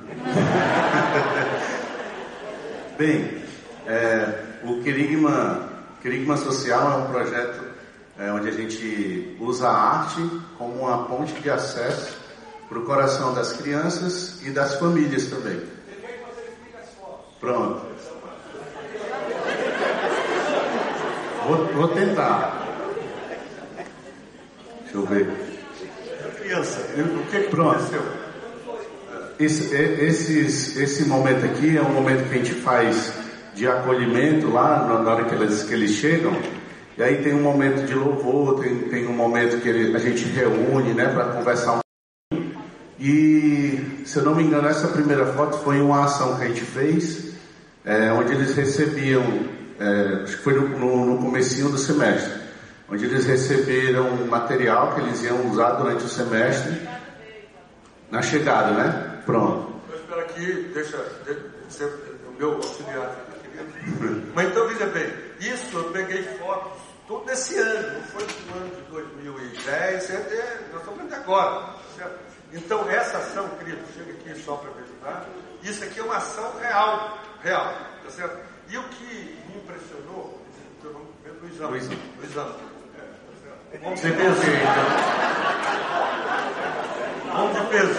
Bem, é, o Querigma, Querigma Social é um projeto é, onde a gente usa a arte como uma ponte de acesso para o coração das crianças e das famílias também. Pronto. Vou, vou tentar. Deixa eu ver. Criança, o que, que Pronto. aconteceu? Esse, esses, esse momento aqui é um momento que a gente faz de acolhimento lá, na hora que eles, que eles chegam. E aí tem um momento de louvor, tem, tem um momento que ele, a gente reúne, né, para conversar um pouquinho. E, se eu não me engano, essa primeira foto foi uma ação que a gente fez, é, onde eles recebiam... É, acho que foi no, no, no comecinho do semestre, onde eles receberam um material que eles iam usar durante o semestre, na chegada, né? Pronto. Eu espero aqui, deixa, deixa ser o meu auxiliar. Mas então, veja bem, isso eu peguei fotos todo esse ano, não foi no ano de dois mil e dez, é, nós estamos vendo agora, certo? Então, essa ação, querido, chega aqui só para me ajudar, isso aqui é uma ação real, real, tá certo? E o que me impressionou, é Luizão. Luizão. Luizão. É, tá Vamos de peso. Vamos de peso.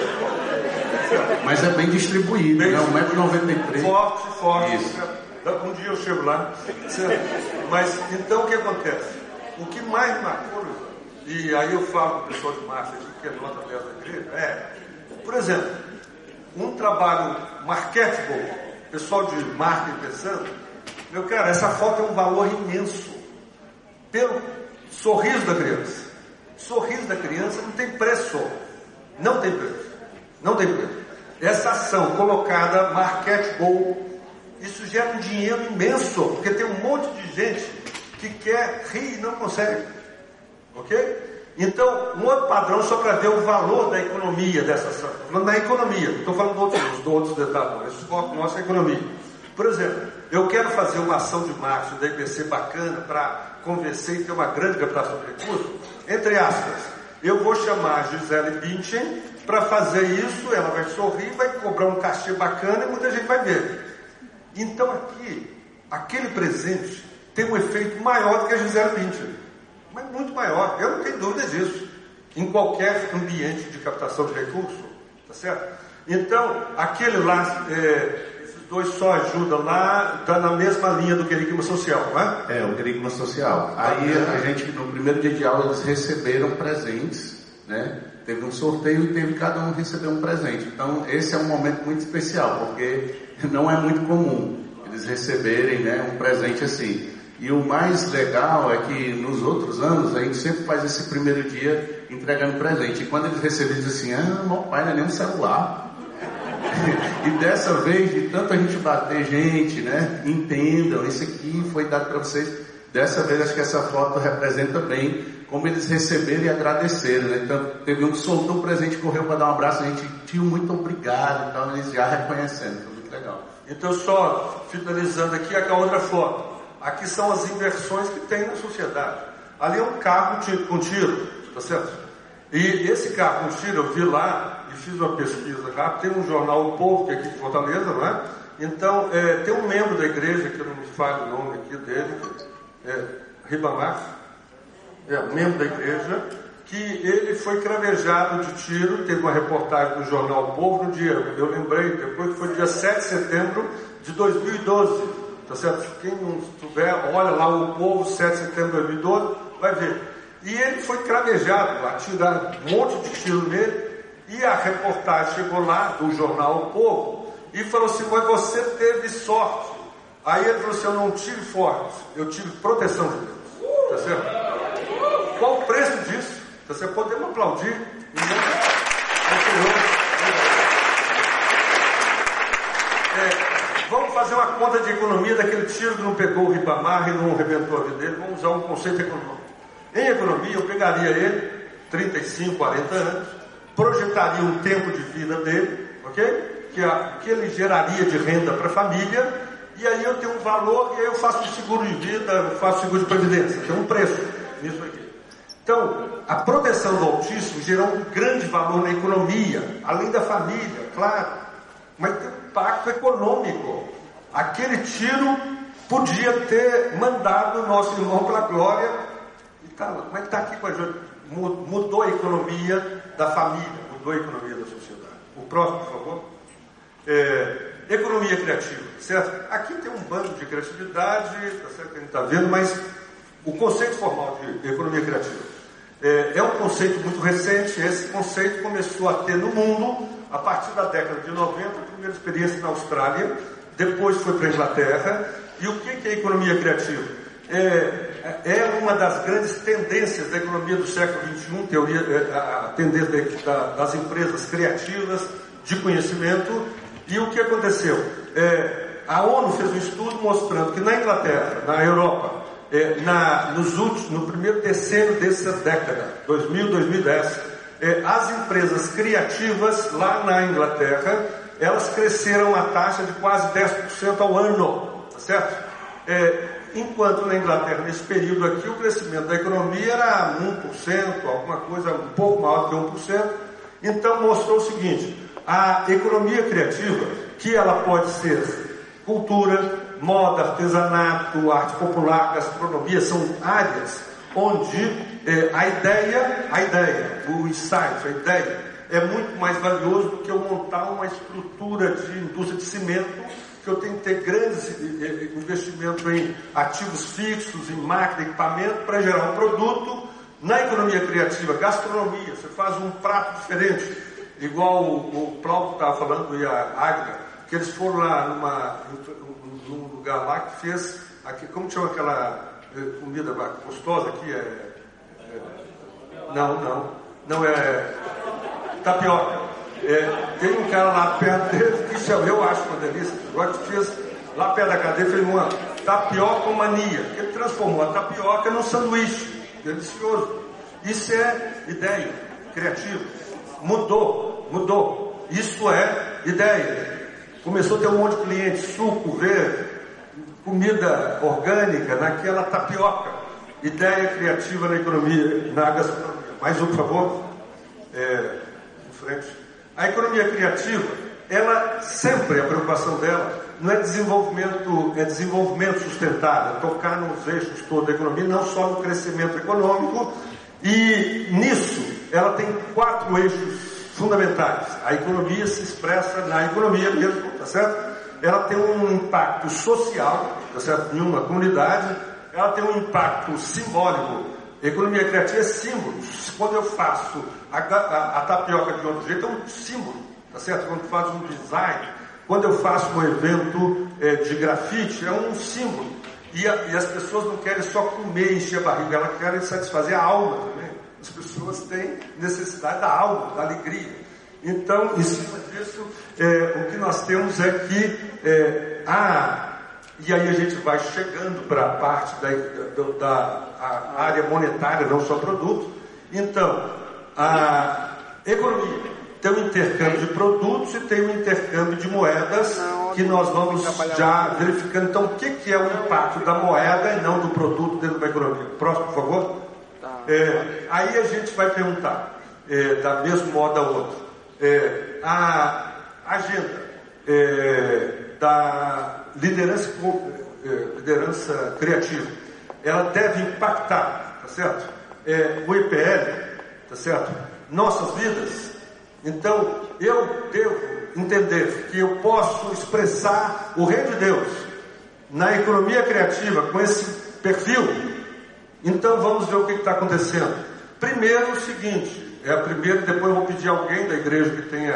Mas é bem distribuído, bem né? um metro e noventa e três. Forte, forte. Isso. Um dia eu chego lá. Mas então o que acontece? O que mais marcou, Luizão, e aí eu falo com o pessoal de marketing, que é nota dez da igreja, é, por exemplo, um trabalho marketable. Pessoal de marketing pensando, meu cara, essa foto é um valor imenso pelo sorriso da criança. Sorriso da criança não tem preço, não tem preço, não tem preço. Essa ação colocada, marketable, isso gera um dinheiro imenso, porque tem um monte de gente que quer rir e não consegue, ok? Então, um outro padrão só para ver o valor da economia dessa ação. Estou falando da economia, não estou falando de outros, de outros detalhes. Esse foco nosso é a economia. Por exemplo, eu quero fazer uma ação de marketing da I B C bacana para convencer e ter uma grande captação de recursos. Entre aspas, eu vou chamar a Gisele Bündchen para fazer isso, ela vai sorrir, vai cobrar um cachê bacana e muita gente vai ver. Então aqui, aquele presente tem um efeito maior do que a Gisele Bündchen. Mas muito maior, eu não tenho dúvida disso, em qualquer ambiente de captação de recursos, tá certo? Então, aquele lá, é, esses dois só ajudam lá, está na mesma linha do Querigma Social, não é? É, o Querigma Social. Aí a gente, no primeiro dia de aula, eles receberam presentes, né? Teve um sorteio e teve cada um receber um presente. Então, esse é um momento muito especial, porque não é muito comum eles receberem, né, um presente assim. E o mais legal é que nos outros anos a gente sempre faz esse primeiro dia entregando presente. E quando eles recebem, dizem assim, ah, meu pai não é nem um celular. E dessa vez, de tanto a gente bater, gente, né, entendam, esse aqui foi dado para vocês. Dessa vez acho que essa foto representa bem como eles receberam e agradeceram, né? Então teve um que soltou o presente, correu para dar um abraço, a gente, tio, muito obrigado. Então eles já reconhecendo, foi muito legal. Então só finalizando aqui a outra foto. Aqui são as inversões que tem na sociedade. Ali é um carro com tiro, tá certo? E esse carro com tiro, eu vi lá e fiz uma pesquisa lá. Tem um jornal O Povo, que é aqui de Fortaleza, não é? Então, é, tem um membro da igreja, que eu não me falo o nome aqui dele, é, Ribamar, é um membro da igreja, que ele foi cravejado de tiro. Teve uma reportagem no jornal O Povo no dia, eu lembrei, depois que foi dia sete de setembro de dois mil e doze. Tá certo? Quem não souber, olha lá o Povo, sete de setembro de dois mil e doze, vai ver. E ele foi cravejado, atiraram um monte de tiro nele, e a reportagem chegou lá do jornal O Povo e falou assim, mas você teve sorte. Aí ele falou assim, eu não tive sorte, eu tive proteção de Deus. Tá certo? Então, você podemos aplaudir. É, vamos fazer uma conta de economia daquele tiro que não pegou o Ribamar e não arrebentou a vida dele. Vamos usar um conceito econômico. Em economia, eu pegaria ele, trinta e cinco, quarenta anos, projetaria o tempo de vida dele, ok? Que, a, que ele geraria de renda para a família, e aí eu tenho um valor, e aí eu faço um seguro de vida, eu faço seguro de previdência, tem um preço nisso aqui. Então, a proteção do autismo gerou um grande valor na economia, além da família, claro, mas tem um impacto econômico. Aquele tiro podia ter mandado o nosso irmão para a glória, e tá lá, mas está aqui com a gente. Mudou a economia da família, mudou a economia da sociedade. O próximo, por favor. É, economia criativa, certo? Aqui tem um bando de criatividade, tá certo que a gente está vendo, mas o conceito formal de economia criativa é, é um conceito muito recente. Esse conceito começou a ter no mundo a partir da década de noventa, a primeira experiência na Austrália, depois foi para a Inglaterra. E o que é economia criativa? É, é uma das grandes tendências da economia do século vinte e um, teoria, a tendência da, das empresas criativas de conhecimento. E o que aconteceu? É, a ONU fez um estudo mostrando que na Inglaterra, na Europa, é, na, nos últimos, no primeiro terceiro dessa década, dois mil, dois mil e dez, é, as empresas criativas lá na Inglaterra, elas cresceram a taxa de quase dez por cento ao ano, tá certo? É, enquanto na Inglaterra, nesse período aqui, o crescimento da economia era um por cento, alguma coisa um pouco maior que um por cento. Então mostrou o seguinte: a economia criativa, que ela pode ser cultura, moda, artesanato, arte popular, gastronomia, são áreas onde é, a ideia, a ideia, o insight, a ideia é muito mais valioso do que eu montar uma estrutura de indústria de cimento, que eu tenho que ter grandes investimentos em ativos fixos, em máquina, equipamento, para gerar um produto. Na economia criativa, gastronomia, você faz um prato diferente, igual o, o Plauto estava falando e a Agna, que eles foram lá numa, num lugar lá que fez, aqui, como chama aquela comida gostosa aqui? É, é, não, não, não é tapioca. É, tem um cara lá perto dele que chama, eu acho uma delícia, agora que fez lá perto da cadeia, fez uma tapioca mania. Ele transformou a tapioca num sanduíche delicioso. Isso é ideia criativa. Mudou, mudou. Isso é ideia. Começou a ter um monte de clientes, suco verde, comida orgânica naquela tapioca. Ideia criativa na economia, na gastronomia. Mais um, por favor. É, em frente. A economia criativa, ela sempre, a preocupação dela não é desenvolvimento, é desenvolvimento sustentável, tocar nos eixos todos da economia, não só no crescimento econômico. E nisso, ela tem quatro eixos fundamentais. A economia se expressa na economia mesmo, tá certo? Ela tem um impacto social, tá certo? Em uma comunidade. Ela tem um impacto simbólico. A economia criativa é símbolo. Quando eu faço a, a, a tapioca de outro jeito, é um símbolo, tá certo? Quando eu faço um design, quando eu faço um evento é, de grafite, é um símbolo. E, a, e as pessoas não querem só comer e encher a barriga, elas querem satisfazer a alma também. As pessoas têm necessidade da alma, da alegria. Então, em cima disso, é, o que nós temos é que é, a... E aí a gente vai chegando para a parte da, da, da a área monetária, não só produto. Então, a economia tem um intercâmbio de produtos e tem um intercâmbio de moedas, que nós vamos já verificando. Então, o que, que é o impacto da moeda e não do produto dentro da economia? Próximo, por favor. É, aí a gente vai perguntar, é, da mesmo modo a outra, é, a agenda é, da liderança, é, liderança criativa, ela deve impactar, tá certo? É, o I P L, tá certo? Nossas vidas. Então, eu devo entender que eu posso expressar o reino de Deus na economia criativa com esse perfil. Então vamos ver o que está acontecendo. Primeiro o seguinte, é a primeira, depois eu vou pedir a alguém da igreja que tenha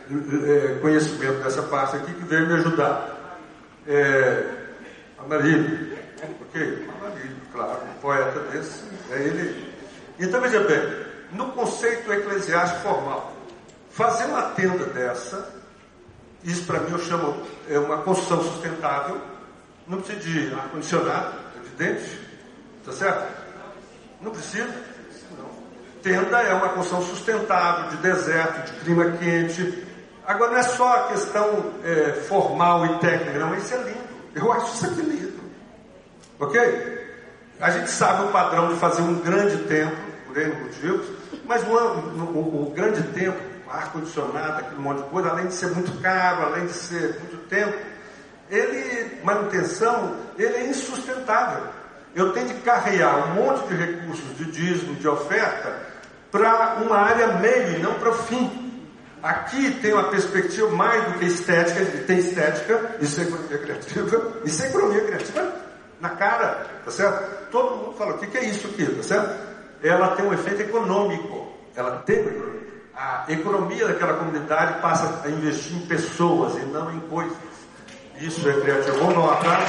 é, conhecimento dessa parte aqui, que veio me ajudar. É, a Marília, ok? A Marília, claro, um poeta desse, é ele. Então veja bem, no conceito eclesiástico formal, fazer uma tenda dessa, isso para mim eu chamo é uma construção sustentável, não precisa de ar-condicionado, evidente, tá certo? Não precisa, não. Tenda é uma construção sustentável, de deserto, de clima quente. Agora não é só a questão é, formal e técnica, não, isso é lindo. Eu acho isso aqui lindo. Ok? A gente sabe o padrão de fazer um grande templo, por N motivos, mas o, o, o grande templo, ar-condicionado, aquele monte de coisa, além de ser muito caro, além de ser muito tempo, ele, manutenção, ele é insustentável. Eu tenho de carregar um monte de recursos de dízimo, de oferta, para uma área meio e não para o fim. Aqui tem uma perspectiva mais do que estética, tem estética, isso é economia criativa, isso é economia criativa na cara, tá certo? Todo mundo fala, o que, que é isso aqui, tá certo? Ela tem um efeito econômico, ela tem uma economia. A economia daquela comunidade passa a investir em pessoas e não em coisas. Isso é criativo. Vamos dar um aplauso.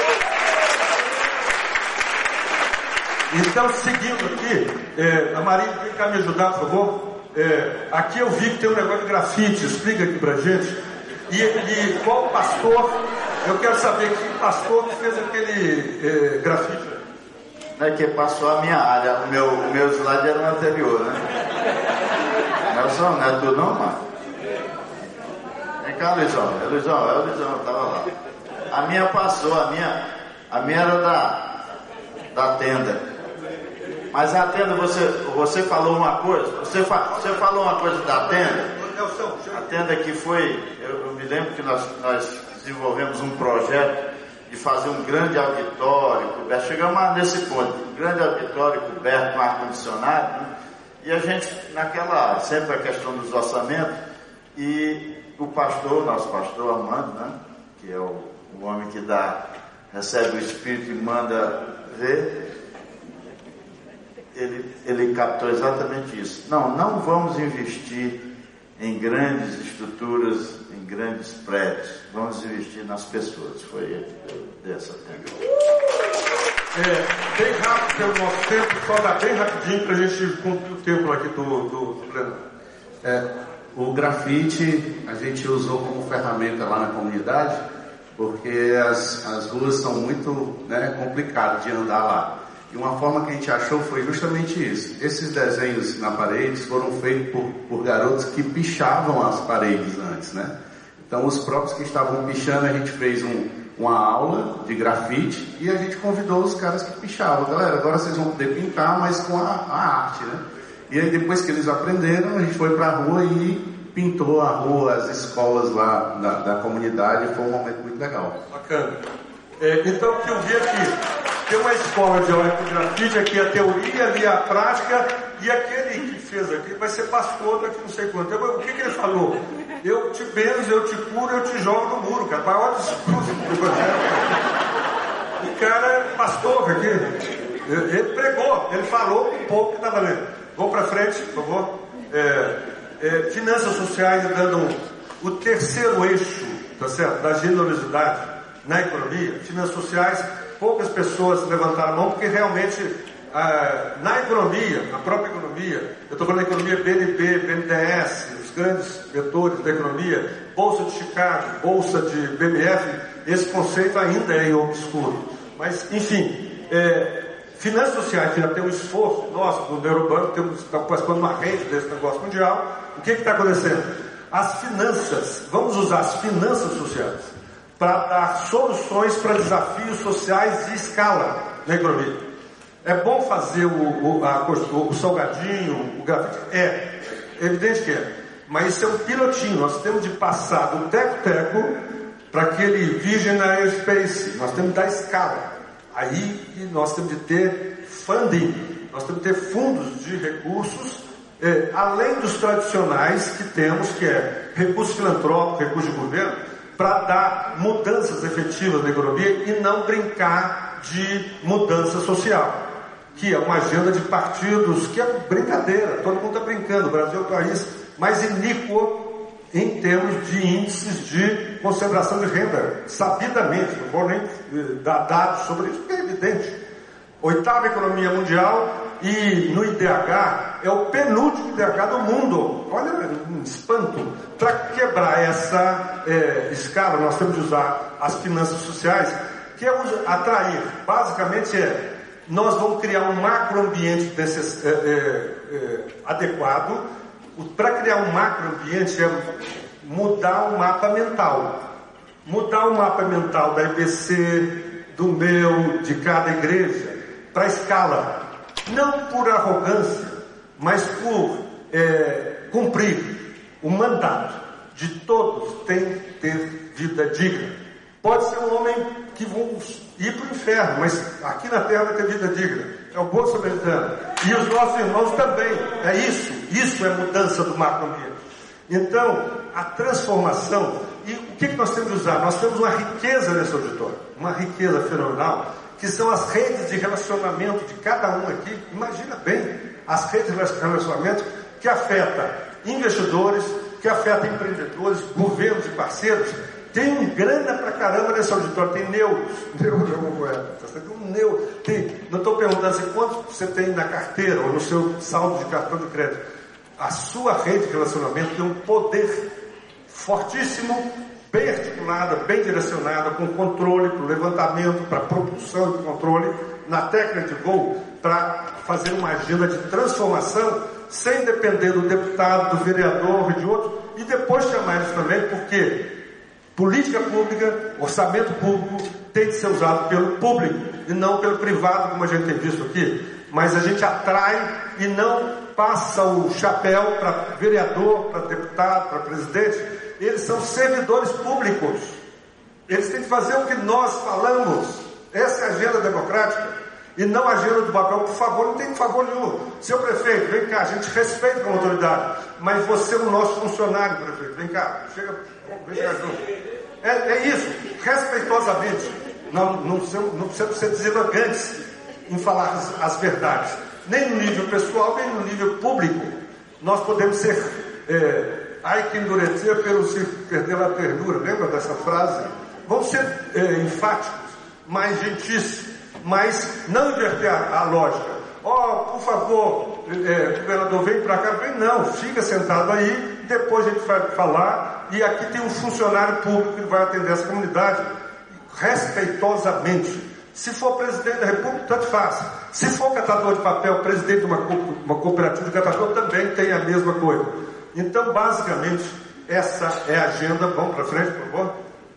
Então, seguindo aqui, é, a Maria, vem cá me ajudar, por favor. É, aqui eu vi que tem um negócio de grafite, explica aqui pra gente. E, e qual pastor, eu quero saber que pastor que fez aquele é, grafite. Não é que passou a minha área, o meu, o meu slide era o anterior, né? Nelson, não é tu não, mano? Vem cá, Luizão, é Luizão, é o Luizão, tava lá. A minha passou, a minha, a minha era da, da tenda. Mas a tenda, você, você falou uma coisa, você, fa, você falou uma coisa da tenda, a tenda que foi, eu, eu me lembro que nós, nós desenvolvemos um projeto de fazer um grande auditório coberto, chegamos nesse ponto, um grande auditório coberto com ar-condicionado, né? E a gente, naquela, sempre a questão dos orçamentos, e o pastor, nosso pastor Armando, né, que é o, o homem que dá, recebe o Espírito e manda ver, ele, ele captou exatamente isso. Não, não vamos investir em grandes estruturas, em grandes prédios, vamos investir nas pessoas. Foi ele que deu dessa tenda. É, bem rápido pelo nosso tempo, só dá bem rapidinho para a gente cumprir o tempo aqui do, do, do plenário. É, o grafite a gente usou como ferramenta lá na comunidade, porque as, as ruas são muito, né, complicadas de andar lá. E uma forma que a gente achou foi justamente isso. Esses desenhos na parede foram feitos por, por garotos que pichavam as paredes antes, né? Então os próprios que estavam pichando, a gente fez um, uma aula de grafite e a gente convidou os caras que pichavam. Galera, agora vocês vão poder pintar, mas com a, a arte, né? E aí depois que eles aprenderam, a gente foi para a rua e pintou a rua, as escolas lá da, da comunidade. Foi um momento muito legal. Bacana. É, então o que eu vi aqui, tem uma escola de aula com grafite, aqui a teoria, ali a prática, e aquele que fez aqui vai ser pastor daqui não sei quanto. Eu, o que, que ele falou? Eu te benzo, eu te curo, eu te jogo no muro, cara. Maior discurso do evangelho. O cara é pastor aqui. Ele pregou, ele falou um pouco que está valendo. Vamos para frente, por favor. É, é, finanças sociais dando o terceiro eixo, tá certo, da generosidade na economia. Finanças sociais, poucas pessoas levantaram a mão, porque realmente ah, na economia, na própria economia, eu estou falando da economia B N B, B N D E S, os grandes vetores da economia, Bolsa de Chicago, Bolsa de B M F, esse conceito ainda é obscuro. Mas, enfim, é, finanças sociais, que já tem um esforço nosso, do Neurobanco, estamos participando de uma rede desse negócio mundial. O que está acontecendo? As finanças, vamos usar as finanças sociais para dar soluções para desafios sociais de escala na economia. É bom fazer o, o, a, o salgadinho, o grafite? É, é evidente que é. Mas isso é um pilotinho. Nós temos de passar do teco-teco para aquele Vision Aerospace. Nós temos de dar escala. Aí nós temos de ter funding. Nós temos de ter fundos de recursos, é, além dos tradicionais que temos, que é recurso filantrópico, recurso de governo, para dar mudanças efetivas na economia e não brincar de mudança social, que é uma agenda de partidos, que é brincadeira, todo mundo está brincando. O Brasil é o país mais iníquo em termos de índices de concentração de renda, sabidamente, não vou nem dar dados sobre isso, porque é evidente. Oitava economia mundial, e no I D H é o penúltimo I D H do mundo. Olha, um espanto. Para quebrar essa é, escala, nós temos de usar as finanças sociais, que é atrair. Basicamente é, nós vamos criar um macroambiente desse, é, é, é, adequado. Para criar um macroambiente é mudar o mapa mental. Mudar o mapa mental da I B C, do meu, de cada igreja, para a escala. Não por arrogância, mas por é, cumprir o mandato de todos tem que ter vida digna. Pode ser um homem que vai ir para o inferno, mas aqui na terra vai ter vida digna. É o bom samaritano. E os nossos irmãos também. É isso. Isso é mudança do macroambiente. Então, a transformação. E o que, que nós temos de usar? Nós temos uma riqueza nesse auditório. Uma riqueza fenomenal, que são as redes de relacionamento de cada um aqui. Imagina bem, as redes de relacionamento que afetam investidores, que afetam empreendedores, governos e parceiros. Tem um grana pra caramba nesse auditório, tem neuros. Neuro é uma moeda. Tem um neuro. Tem, não estou perguntando assim, quanto você tem na carteira ou no seu saldo de cartão de crédito. A sua rede de relacionamento tem um poder fortíssimo, bem articulada, bem direcionada, com controle para o levantamento, para a propulsão e controle, na técnica de voo, para fazer uma agenda de transformação, sem depender do deputado, do vereador e de outro, e depois chamar isso também, porque política pública, orçamento público, tem de ser usado pelo público, e não pelo privado, como a gente tem visto aqui. Mas a gente atrai e não passa o chapéu para vereador, para deputado, para presidente. Eles são servidores públicos. Eles têm que fazer o que nós falamos. Essa é a agenda democrática. E não a agenda do papel. Por favor, não tem favor nenhum. Seu prefeito, vem cá, a gente respeita como autoridade. Mas você é o nosso funcionário, prefeito. Vem cá, chega, vem cá junto. É, é isso, respeitosamente. Não, não, não precisamos ser deselegante em falar as, as verdades. Nem no nível pessoal, nem no nível público. Nós podemos ser... É, ai que endurecer pelo se perder a ternura, lembra dessa frase? Vão ser é, enfáticos, mais gentis, mas não inverter a, a lógica. Ó, oh, por favor, é, governador, vem para cá, vem não, fica sentado aí, depois a gente vai falar, e aqui tem um funcionário público que vai atender essa comunidade, respeitosamente. Se for presidente da República, tanto faz. Se for catador de papel, presidente de uma, uma cooperativa de catador, também tem a mesma coisa. Então, basicamente, essa é a agenda. Vamos para frente, por favor.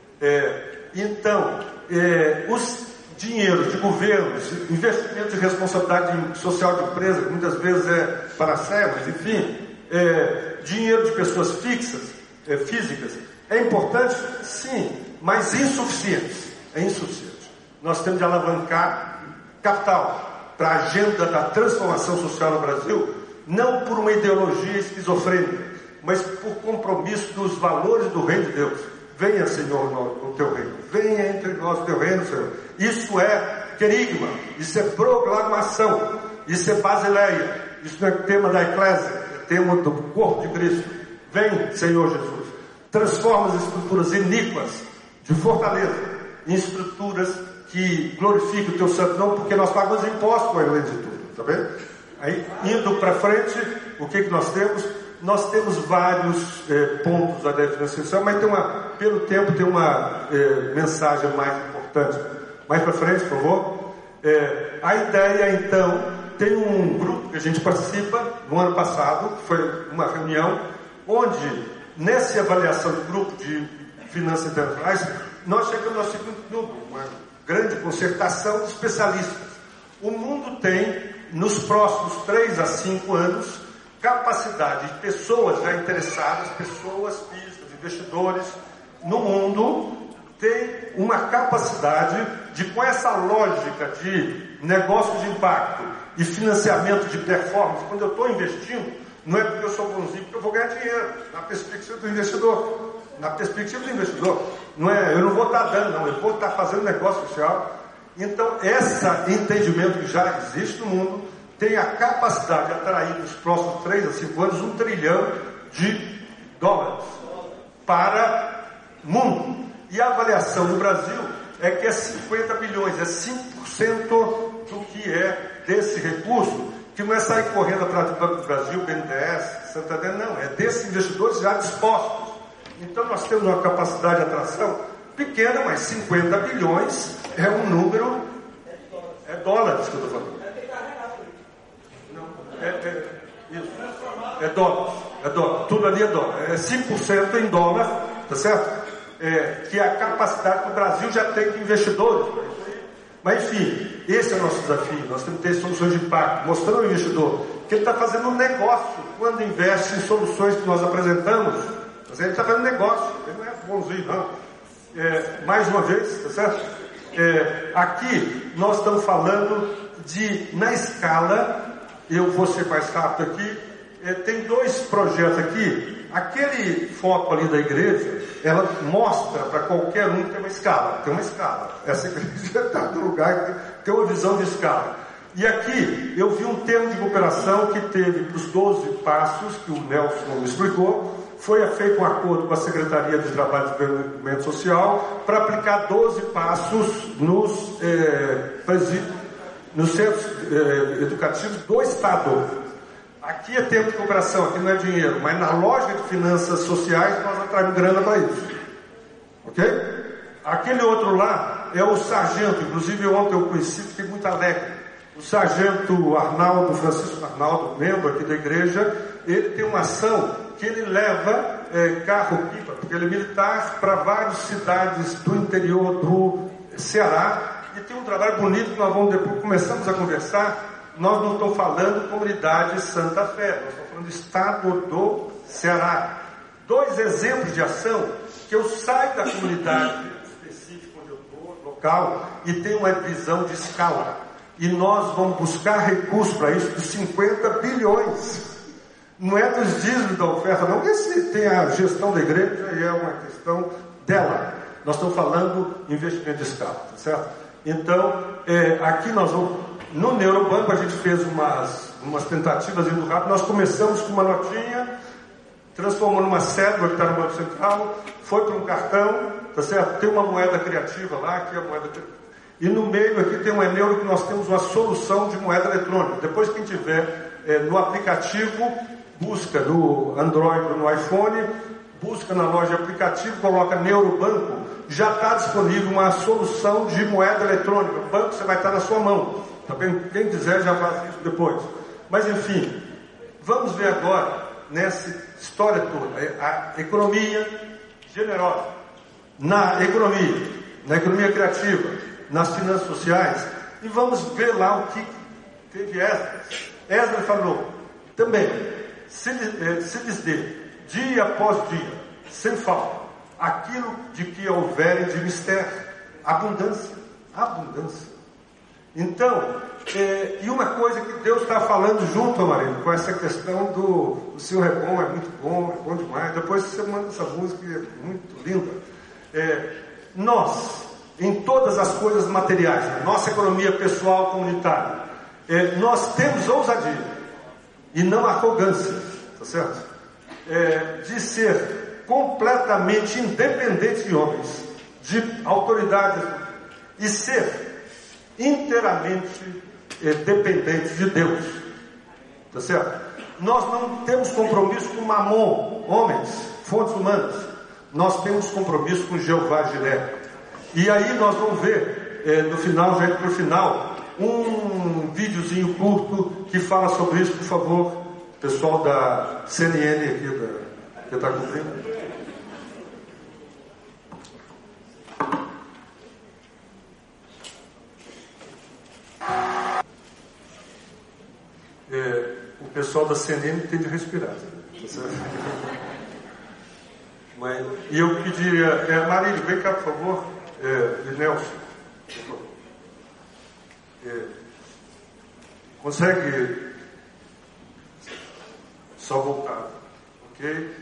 É, então, é, os dinheiros de governos, investimento de responsabilidade social de empresa, que muitas vezes é para mas enfim, é, dinheiro de pessoas fixas, é, físicas, é importante? Sim, mas insuficiente. É insuficiente. Nós temos de alavancar capital para a agenda da transformação social no Brasil, não por uma ideologia esquizofrênica, mas por compromisso dos valores do reino de Deus. Venha, Senhor, o teu reino. Venha entre nós o teu reino, Senhor. Isso é querigma, isso é proclamação, isso é basileia, isso não é tema da eclésia, é tema do corpo de Cristo. Vem, Senhor Jesus. Transforma as estruturas iníquas de Fortaleza em estruturas que glorifiquem o teu santo nome, porque nós pagamos impostos, além de tudo, tá vendo? Aí, indo para frente, o que, que nós temos? Nós temos vários eh, pontos da definição, mas tem uma, pelo tempo tem uma eh, mensagem mais importante. Mais para frente, por favor. Eh, a ideia, então, tem um grupo que a gente participa no ano passado, foi uma reunião, onde, nessa avaliação do grupo de finanças internacionais, nós chegamos ao seguinte número, uma grande concertação de especialistas. O mundo tem, nos próximos três a cinco anos, capacidade de pessoas já interessadas, pessoas físicas, investidores no mundo, tem uma capacidade de, com essa lógica de negócio de impacto e financiamento de performance, quando eu estou investindo, não é porque eu sou bonzinho, porque eu vou ganhar dinheiro, na perspectiva do investidor, na perspectiva do investidor, não é, eu não vou estar dando, não, eu vou estar fazendo negócio social. Então, esse entendimento que já existe no mundo tem a capacidade de atrair nos próximos três a cinco anos um trilhão de dólares para o mundo. E a avaliação no Brasil é que é cinquenta bilhões, é cinco por cento do que é desse recurso, que não é sair correndo atrás do Banco do Brasil, B N D E S, Santander, não, é desses investidores já dispostos. Então nós temos uma capacidade de atração pequena, mas cinquenta bilhões é um número, é dólares que eu estou falando. Não, é, é, isso, é dólares, é dólar, tudo ali é dólar, é cinco por cento em dólar, tá certo? É, que é a capacidade que o Brasil já tem de investidores. Mas enfim, esse é o nosso desafio. Nós temos que ter soluções de impacto, mostrando ao investidor que ele está fazendo um negócio quando investe em soluções que nós apresentamos. Ele está fazendo negócio, ele não é bonzinho, não. É, mais uma vez, tá certo? É, aqui nós estamos falando de, na escala, eu vou ser mais rápido aqui, é, tem dois projetos aqui. Aquele foco ali da igreja, ela mostra para qualquer um que tem uma escala, tem uma escala. Essa igreja está no lugar que tem uma visão de escala. E aqui eu vi um termo de cooperação que teve os doze passos, que o Nelson me explicou. Foi feito um acordo com a Secretaria de Trabalho e Desenvolvimento Social para aplicar doze passos nos, eh, nos centros eh, educativos do Estado. Aqui é tempo de cooperação, aqui não é dinheiro, mas na lógica de finanças sociais nós atraímos grana para isso. Ok? Aquele outro lá é o sargento, inclusive ontem eu conheci, fiquei muito alegre. O sargento Arnaldo, Francisco Arnaldo, membro aqui da igreja, ele tem uma ação que ele leva é, carro-pipa, porque ele é militar, para várias cidades do interior do Ceará, e tem um trabalho bonito que nós vamos depois, começamos a conversar. Nós não estamos falando comunidade Santa Fé, nós estamos falando do estado do Ceará. Dois exemplos de ação que eu saio da comunidade específica onde eu estou, local, e tenho uma visão de escala. E nós vamos buscar recursos para isso de cinquenta bilhões. Não é dos dízimos da oferta, não. Esse tem a gestão da igreja e é uma questão dela. Nós estamos falando investimento de escala, tá certo? Então, é, aqui nós vamos... No Neurobanco a gente fez umas, umas tentativas indo rápido. Nós começamos com uma notinha, transformou numa cédula que está no Banco Central, foi para um cartão, tá certo? Tem uma moeda criativa lá, aqui é a moeda criativa. E no meio aqui tem um Eneuro que nós temos uma solução de moeda eletrônica. Depois quem tiver é, no aplicativo, busca no Android ou no iPhone, busca na loja de aplicativo, coloca Neurobanco, já está disponível uma solução de moeda eletrônica. O banco você vai estar na sua mão. Tá bem? Quem quiser já faz isso depois. Mas enfim, vamos ver agora nessa história toda a economia generosa, na economia, na economia criativa, nas finanças sociais, e vamos ver lá o que teve Esdras. Esdras falou também, se, se lhes dê dia após dia, sem falta, aquilo de que houverem de mistério, abundância, abundância. Então, é, e uma coisa que Deus está falando junto, Amarelo, com essa questão do o Senhor é bom, é muito bom, é bom demais. Depois você manda essa música, é muito linda. É, nós, em todas as coisas materiais, na nossa economia pessoal, comunitária, é, nós temos ousadia e não arrogância, tá certo? É, de ser completamente independente de homens, de autoridades, e ser inteiramente eh, dependentes de Deus, tá certo? Nós não temos compromisso com Mamon, homens, fontes humanas. Nós temos compromisso com Jeová Jiré. E aí nós vamos ver eh, no final, já para o final, um videozinho curto que fala sobre isso, por favor, pessoal da C N N aqui da, que está cobrindo. É, o pessoal da C N N tem de respirar, tá certo? Mas, e eu pediria, é, Marília, vem cá por favor, é, e Nelson, por favor. É, consegue só voltar, ok?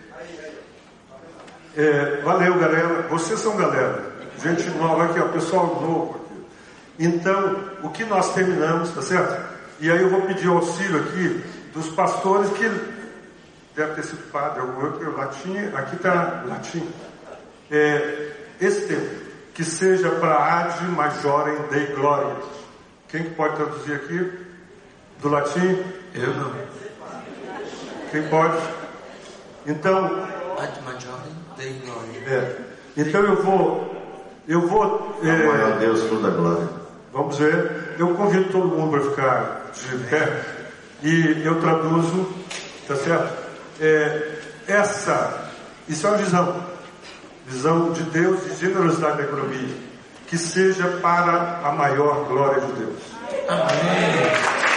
É, valeu, galera. Vocês são galera, gente nova aqui, ó, pessoal novo aqui. Então, o que nós terminamos, tá certo? E aí eu vou pedir auxílio aqui dos pastores que deve ter sido padre, algum outro latim, aqui está latim. É, esse tempo, que seja para ad majorem Dei glória. Quem que pode traduzir aqui? Do latim? Eu não. Quem pode? Então, Ad majorem Dei gloria. é, então eu vou, eu vou, é, Glória a Deus, toda a glória. vamos ver, eu convido todo mundo para ficar de pé e eu traduzo, tá certo? É, essa, isso é uma visão, visão de Deus e generosidade da economia, que seja para a maior glória de Deus. Amém.